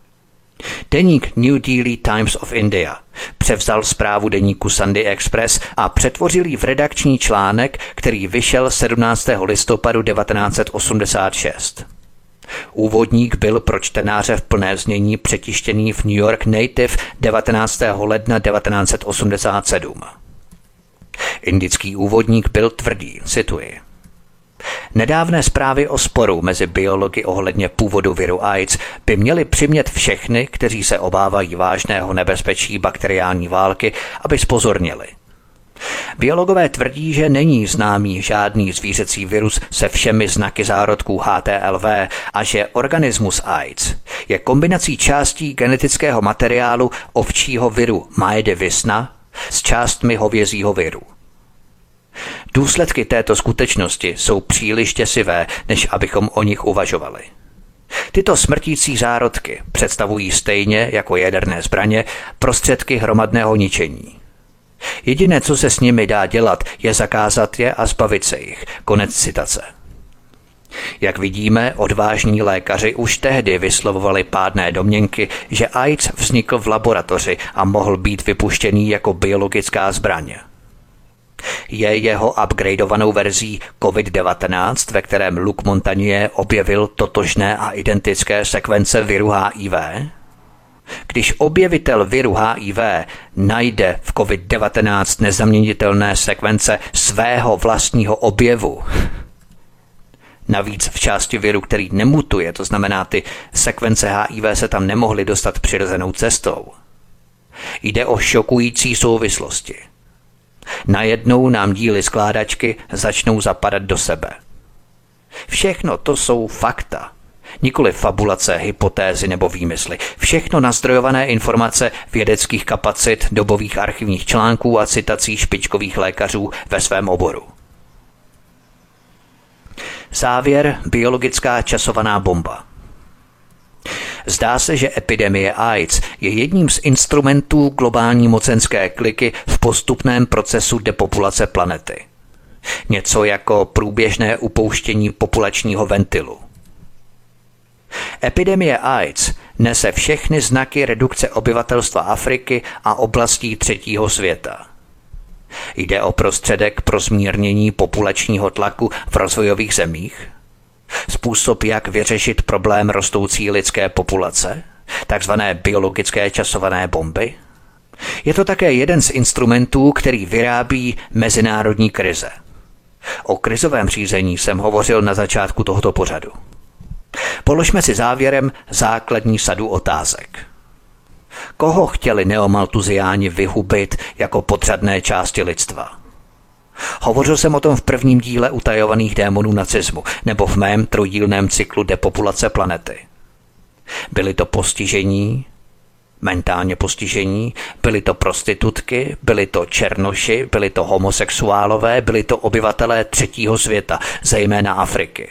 Speaker 1: Deník New Delhi Times of India převzal zprávu deníku Sunday Express a přetvořil ji v redakční článek, který vyšel sedmnáctého listopadu devatenáct set osmdesát šest. Úvodník byl pro čtenáře v plné znění přetištěný v New York Native devatenáctého ledna devatenáct set osmdesát sedm. Indický úvodník byl tvrdý, cituji: Nedávné zprávy o sporu mezi biology ohledně původu viru AIDS by měly přimět všechny, kteří se obávají vážného nebezpečí bakteriální války, aby zpozorněli. Biologové tvrdí, že není známý žádný zvířecí virus se všemi znaky zárodků H T L V a že organismus AIDS je kombinací částí genetického materiálu ovčího viru Maede Visna s částmi hovězího viru. Důsledky této skutečnosti jsou příliš děsivé, než abychom o nich uvažovali. Tyto smrtící zárodky představují stejně jako jaderné zbraně prostředky hromadného ničení. Jediné, co se s nimi dá dělat, je zakázat je a zbavit se jich. Konec citace. Jak vidíme, odvážní lékaři už tehdy vyslovovali pádné domněnky, že AIDS vznikl v laboratoři a mohl být vypuštěný jako biologická zbraň. Je jeho upgradeovanou verzí covid devatenáct, ve kterém Luc Montagnier objevil totožné a identické sekvence viru H I V? Když objevitel viru H I V najde v covid devatenáct nezaměnitelné sekvence svého vlastního objevu, navíc v části viru, který nemutuje, to znamená, ty sekvence H I V se tam nemohly dostat přirozenou cestou. Jde o šokující souvislosti. Najednou nám díly skládačky začnou zapadat do sebe. Všechno to jsou fakta. Nikoli fabulace, hypotézy nebo výmysly. Všechno nazdrojované informace vědeckých kapacit, dobových archivních článků a citací špičkových lékařů ve svém oboru. Závěr: biologická časovaná bomba. Zdá se, že epidemie AIDS je jedním z instrumentů globální mocenské kliky v postupném procesu depopulace planety. Něco jako průběžné upouštění populačního ventilu. Epidemie AIDS nese všechny znaky redukce obyvatelstva Afriky a oblastí třetího světa. Jde o prostředek pro zmírnění populačního tlaku v rozvojových zemích, způsob, jak vyřešit problém rostoucí lidské populace, takzvané biologické časované bomby. Je to také jeden z instrumentů, který vyrábí mezinárodní krize. O krizovém řízení jsem hovořil na začátku tohoto pořadu. Položme si závěrem základní sadu otázek. Koho chtěli neomaltuziáni vyhubit jako podřadné části lidstva? Hovořil jsem o tom v prvním díle utajovaných démonů nacismu nebo v mém trojdílném cyklu depopulace planety. Byli to postižení, mentálně postižení, byli to prostitutky, byli to černoši, byli to homosexuálové, byli to obyvatelé třetího světa, zejména Afriky.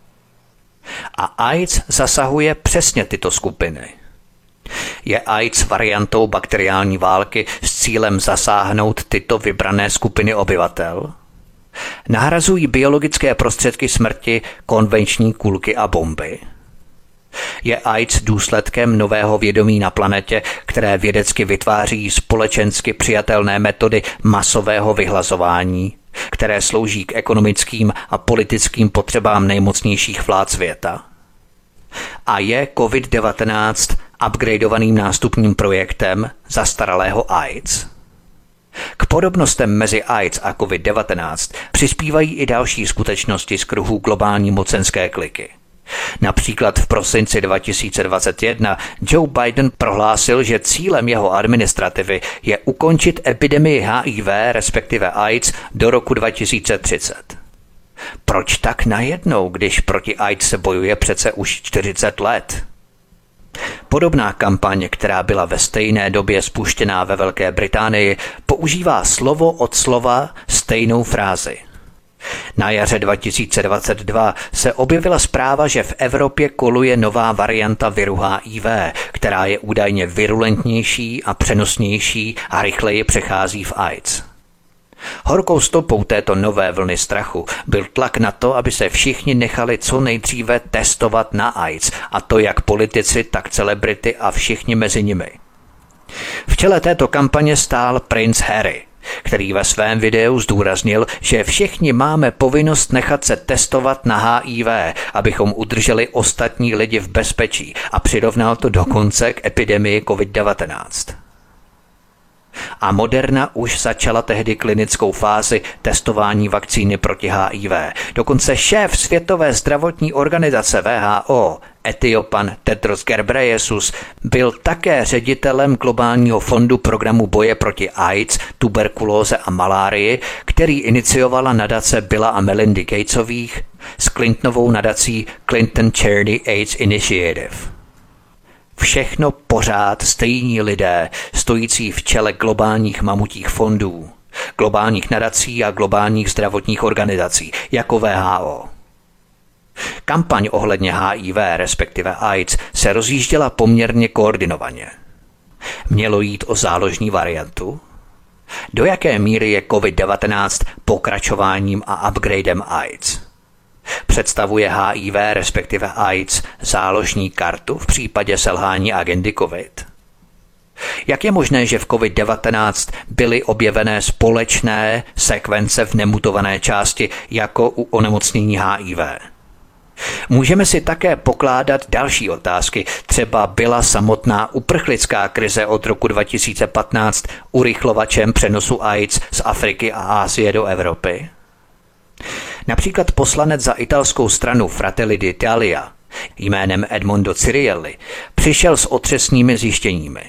Speaker 1: A AIDS zasahuje přesně tyto skupiny. Je AIDS variantou bakteriální války s cílem zasáhnout tyto vybrané skupiny obyvatel? Nahrazují biologické prostředky smrti konvenční kulky a bomby? Je AIDS důsledkem nového vědomí na planetě, které vědecky vytváří společensky přijatelné metody masového vyhlazování, které slouží k ekonomickým a politickým potřebám nejmocnějších vlád světa? A je covid devatenáct upgradeovaným nástupním projektem zastaralého AIDS? K podobnostem mezi AIDS a covid devatenáct přispívají i další skutečnosti z kruhů globální mocenské kliky. Například v prosinci dva tisíce dvacet jedna Joe Biden prohlásil, že cílem jeho administrativy je ukončit epidemii H I V, respektive AIDS, do roku dva tisíce třicet. Proč tak najednou, když proti AIDS se bojuje přece už čtyřicet let? Podobná kampaň, která byla ve stejné době spuštěná ve Velké Británii, používá slovo od slova stejnou frázi. Na jaře dva tisíce dvacet dva se objevila zpráva, že v Evropě koluje nová varianta viru H I V, která je údajně virulentnější a přenosnější a rychleji přechází v AIDS. Horkou stopou této nové vlny strachu byl tlak na to, aby se všichni nechali co nejdříve testovat na AIDS, a to jak politici, tak celebrity a všichni mezi nimi. V čele této kampaně stál princ Harry, který ve svém videu zdůraznil, že všichni máme povinnost nechat se testovat na H I V, abychom udrželi ostatní lidi v bezpečí, a přirovnal to dokonce k epidemii covid devatenáct. A Moderna už začala tehdy klinickou fázi testování vakcíny proti H I V. Dokonce šéf Světové zdravotní organizace W H O, Etiopan Tedros Ghebreyesus, byl také ředitelem globálního fondu programu boje proti AIDS, tuberkulóze a malárii, který iniciovala nadace Billa a Melindy Gatesových s Clintonovou nadací Clinton Charity AIDS Initiative. Všechno pořád stejní lidé, stojící v čele globálních mamutích fondů, globálních nadací a globálních zdravotních organizací, jako W H O. Kampaň ohledně H I V, respektive AIDS, se rozjížděla poměrně koordinovaně. Mělo jít o záložní variantu? Do jaké míry je covid devatenáct pokračováním a upgradem AIDS? Představuje H I V, respektive AIDS, záložní kartu v případě selhání agendy COVID? Jak je možné, že v COVID devatenáct byly objevené společné sekvence v nemutované části jako u onemocnění H I V? Můžeme si také pokládat další otázky. Třeba byla samotná uprchlická krize od roku dva tisíce patnáct urychlovačem přenosu AIDS z Afriky a Asie do Evropy? Například poslanec za italskou stranu Fratelli d'Italia jménem Edmondo Cirielli přišel s otřesnými zjištěními.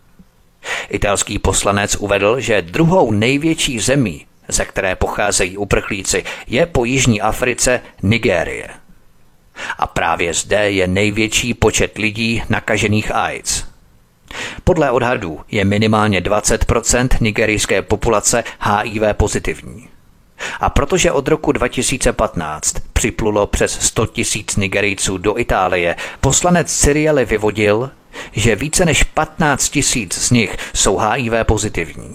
Speaker 1: Italský poslanec uvedl, že druhou největší zemí, ze které pocházejí uprchlíci, je po Jižní Africe Nigérie. A právě zde je největší počet lidí nakažených AIDS. Podle odhadů je minimálně dvacet procent nigerijské populace H I V pozitivní. A protože od roku dva tisíce patnáct připlulo přes sto tisíc Nigerijců do Itálie, poslanec Cirielli vyvodil, že více než patnáct tisíc z nich jsou H I V pozitivní.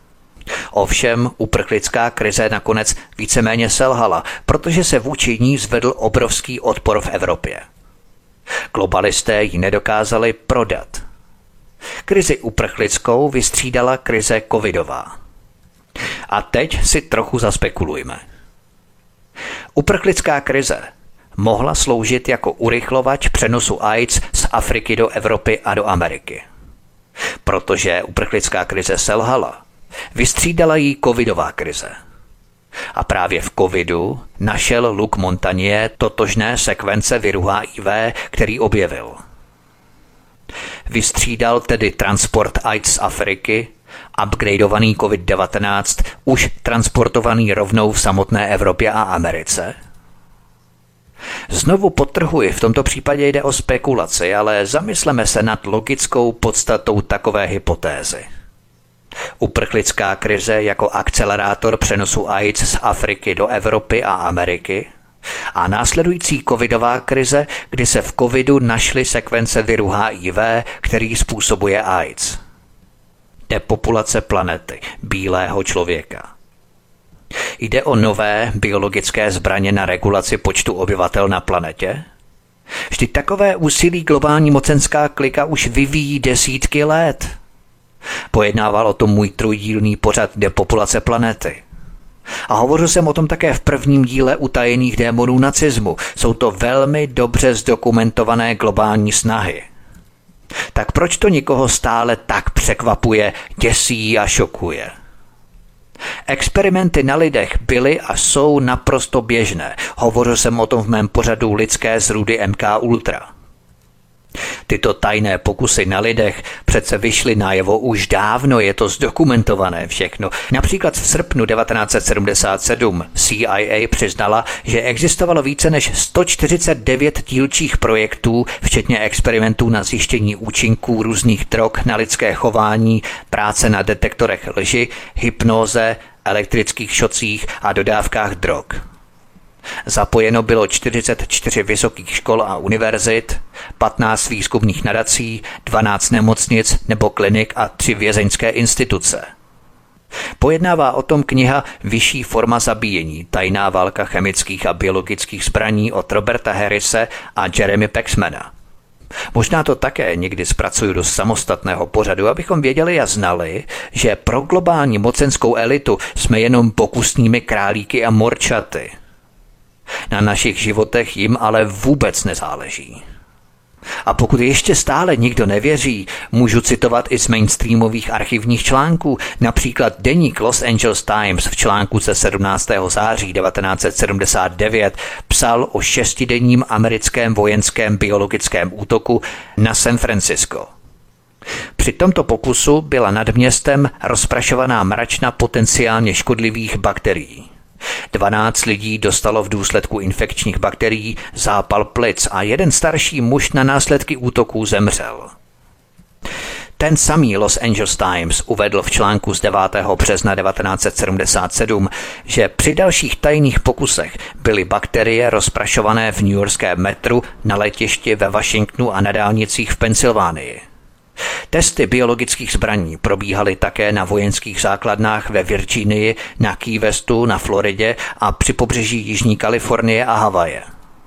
Speaker 1: Ovšem uprchlická krize nakonec víceméně selhala, protože se vůči ní zvedl obrovský odpor v Evropě. Globalisté ji nedokázali prodat. Krizi uprchlickou vystřídala krize covidová. A teď si trochu zaspekulujme. Uprchlická krize mohla sloužit jako urychlovač přenosu AIDS z Afriky do Evropy a do Ameriky. Protože uprchlická krize selhala, vystřídala jí covidová krize. A právě v covidu našel Luc Montagnier totožné sekvence viru H I V, který objevil. Vystřídal tedy transport AIDS z Afriky, upgradeovaný COVID devatenáct, už transportovaný rovnou v samotné Evropě a Americe? Znovu podtrhuji, v tomto případě jde o spekulaci, ale zamysleme se nad logickou podstatou takové hypotézy. Uprchlická krize jako akcelerátor přenosu AIDS z Afriky do Evropy a Ameriky a následující covidová krize, kdy se v covidu našly sekvence viru H I V, který způsobuje AIDS. Depopulace planety, bílého člověka. Jde o nové biologické zbraně na regulaci počtu obyvatel na planetě? Vždyť takové úsilí globální mocenská klika už vyvíjí desítky let. Pojednával o tom můj trojdílný pořad Depopulace planety. A hovořil jsem o tom také v prvním díle Utajených démonů nacismu. Jsou to velmi dobře zdokumentované globální snahy. Tak proč to nikoho stále tak překvapuje, děsí a šokuje? Experimenty na lidech byly a jsou naprosto běžné. Hovořil jsem o tom v mém pořadu Lidské zrůdy M K Ultra. Tyto tajné pokusy na lidech přece vyšly najevo už dávno, je to zdokumentované všechno. Například v srpnu devatenáct set sedmdesát sedm C I A přiznala, že existovalo více než sto čtyřicet devět dílčích projektů, včetně experimentů na zjištění účinků různých drog na lidské chování, práce na detektorech lži, hypnóze, elektrických šocích a dodávkách drog. Zapojeno bylo čtyřicet čtyři vysokých škol a univerzit, patnáct výzkumných nadací, dvanáct nemocnic nebo klinik a tři vězeňské instituce. Pojednává o tom kniha Vyšší forma zabíjení, tajná válka chemických a biologických zbraní od Roberta Harrise a Jeremy Paxmana. Možná to také někdy zpracuju do samostatného pořadu, abychom věděli a znali, že pro globální mocenskou elitu jsme jenom pokusnými králíky a morčaty. Na našich životech jim ale vůbec nezáleží. A pokud ještě stále nikdo nevěří, můžu citovat i z mainstreamových archivních článků, například deník Los Angeles Times v článku ze sedmnáctého září devatenáct set sedmdesát devět psal o šestidenním americkém vojenském biologickém útoku na San Francisco. Při tomto pokusu byla nad městem rozprašovaná mračna potenciálně škodlivých bakterií. dvanáct lidí dostalo v důsledku infekčních bakterií zápal plic a jeden starší muž na následky útoků zemřel. Ten samý Los Angeles Times uvedl v článku z devátého března devatenáct set sedmdesát sedm, že při dalších tajných pokusech byly bakterie rozprašované v newyorském metru, na letišti ve Washingtonu a na dálnicích v Pensylvánii. Testy biologických zbraní probíhaly také na vojenských základnách ve Virginii, na Key Westu, na Floridě a při pobřeží Jižní Kalifornie a Havaje.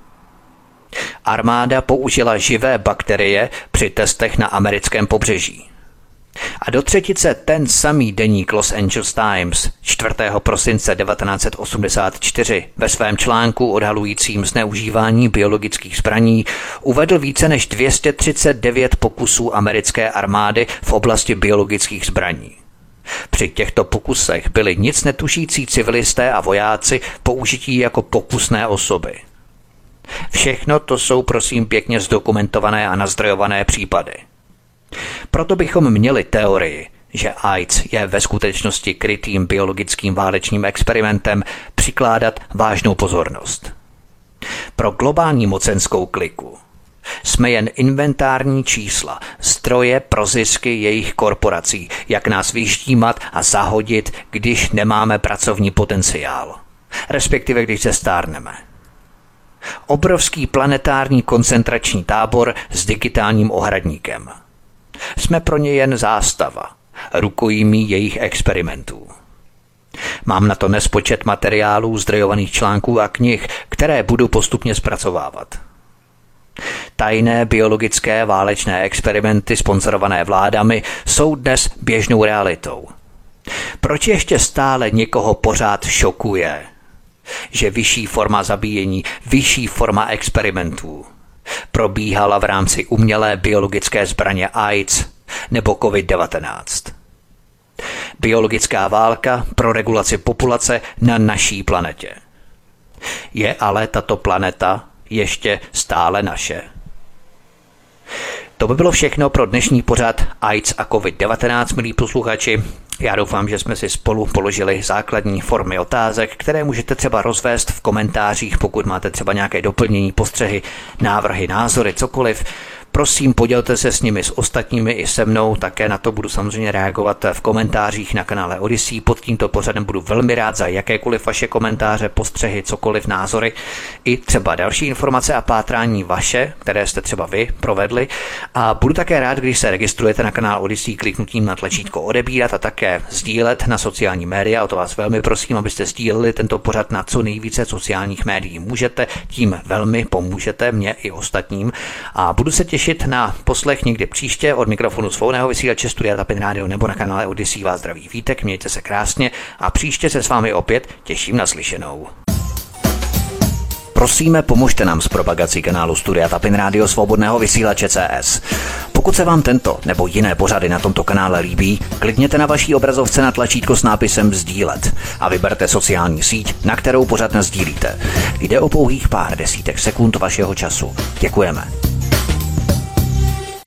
Speaker 1: Armáda použila živé bakterie při testech na americkém pobřeží. A do třetice ten samý deník Los Angeles Times čtvrtého prosince devatenáct set osmdesát čtyři ve svém článku odhalujícím zneužívání biologických zbraní uvedl více než dvě stě třicet devět pokusů americké armády v oblasti biologických zbraní. Při těchto pokusech byli nic netušící civilisté a vojáci použití jako pokusné osoby. Všechno to jsou prosím pěkně zdokumentované a nazdrojované případy. Proto bychom měli teorii, že AIDS je ve skutečnosti krytým biologickým válečným experimentem, přikládat vážnou pozornost. Pro globální mocenskou kliku jsme jen inventární čísla, zdroje pro zisky jejich korporací, jak nás vyždímat a zahodit, když nemáme pracovní potenciál, respektive když se stárneme. Obrovský planetární koncentrační tábor s digitálním ohradníkem. Jsme pro ně jen zástava, rukojmí jejich experimentů. Mám na to nespočet materiálů, zdrojovaných článků a knih, které budu postupně zpracovávat. Tajné biologické válečné experimenty sponzorované vládami jsou dnes běžnou realitou. Proč ještě stále někoho pořád šokuje, že vyšší forma zabíjení, vyšší forma experimentů probíhala v rámci umělé biologické zbraně AIDS nebo covid devatenáct. Biologická válka pro regulaci populace na naší planetě. Je ale tato planeta ještě stále naše? To by bylo všechno pro dnešní pořad AIDS a covid devatenáct, milí posluchači. Já doufám, že jsme si spolu položili základní formy otázek, které můžete třeba rozvést v komentářích, pokud máte třeba nějaké doplnění, postřehy, návrhy, názory, cokoliv. Prosím, podělte se s nimi s ostatními i se mnou, také na to budu samozřejmě reagovat v komentářích na kanále Odyssey. Pod tímto pořadem budu velmi rád za jakékoliv vaše komentáře, postřehy, cokoliv, názory, i třeba další informace a pátrání vaše, které jste třeba vy provedli. A budu také rád, když se registrujete na kanál Odyssey kliknutím na tlačítko odebírat a také sdílet na sociální média. O to vás velmi prosím, abyste sdíleli tento pořad na co nejvíce sociálních médií můžete, tím velmi pomůžete mě i ostatním a budu se těšit na poslech někdy příště. Od mikrofonu svobodného vysílače Studia Tapin Radio nebo na kanále Odyssey vás zdraví Vítek, mějte se krásně a příště se s vámi opět těším na slyšenou. Prosíme, pomožte nám s propagací kanálu Studia Tapin Radio svobodného vysílače C S. Pokud se vám tento nebo jiné pořady na tomto kanále líbí, klikněte na vaší obrazovce na tlačítko s nápisem sdílet a vyberte sociální síť, na kterou pořad nasdílíte. Jde o pouhých pár desítek sekund vašeho času. Děkujeme.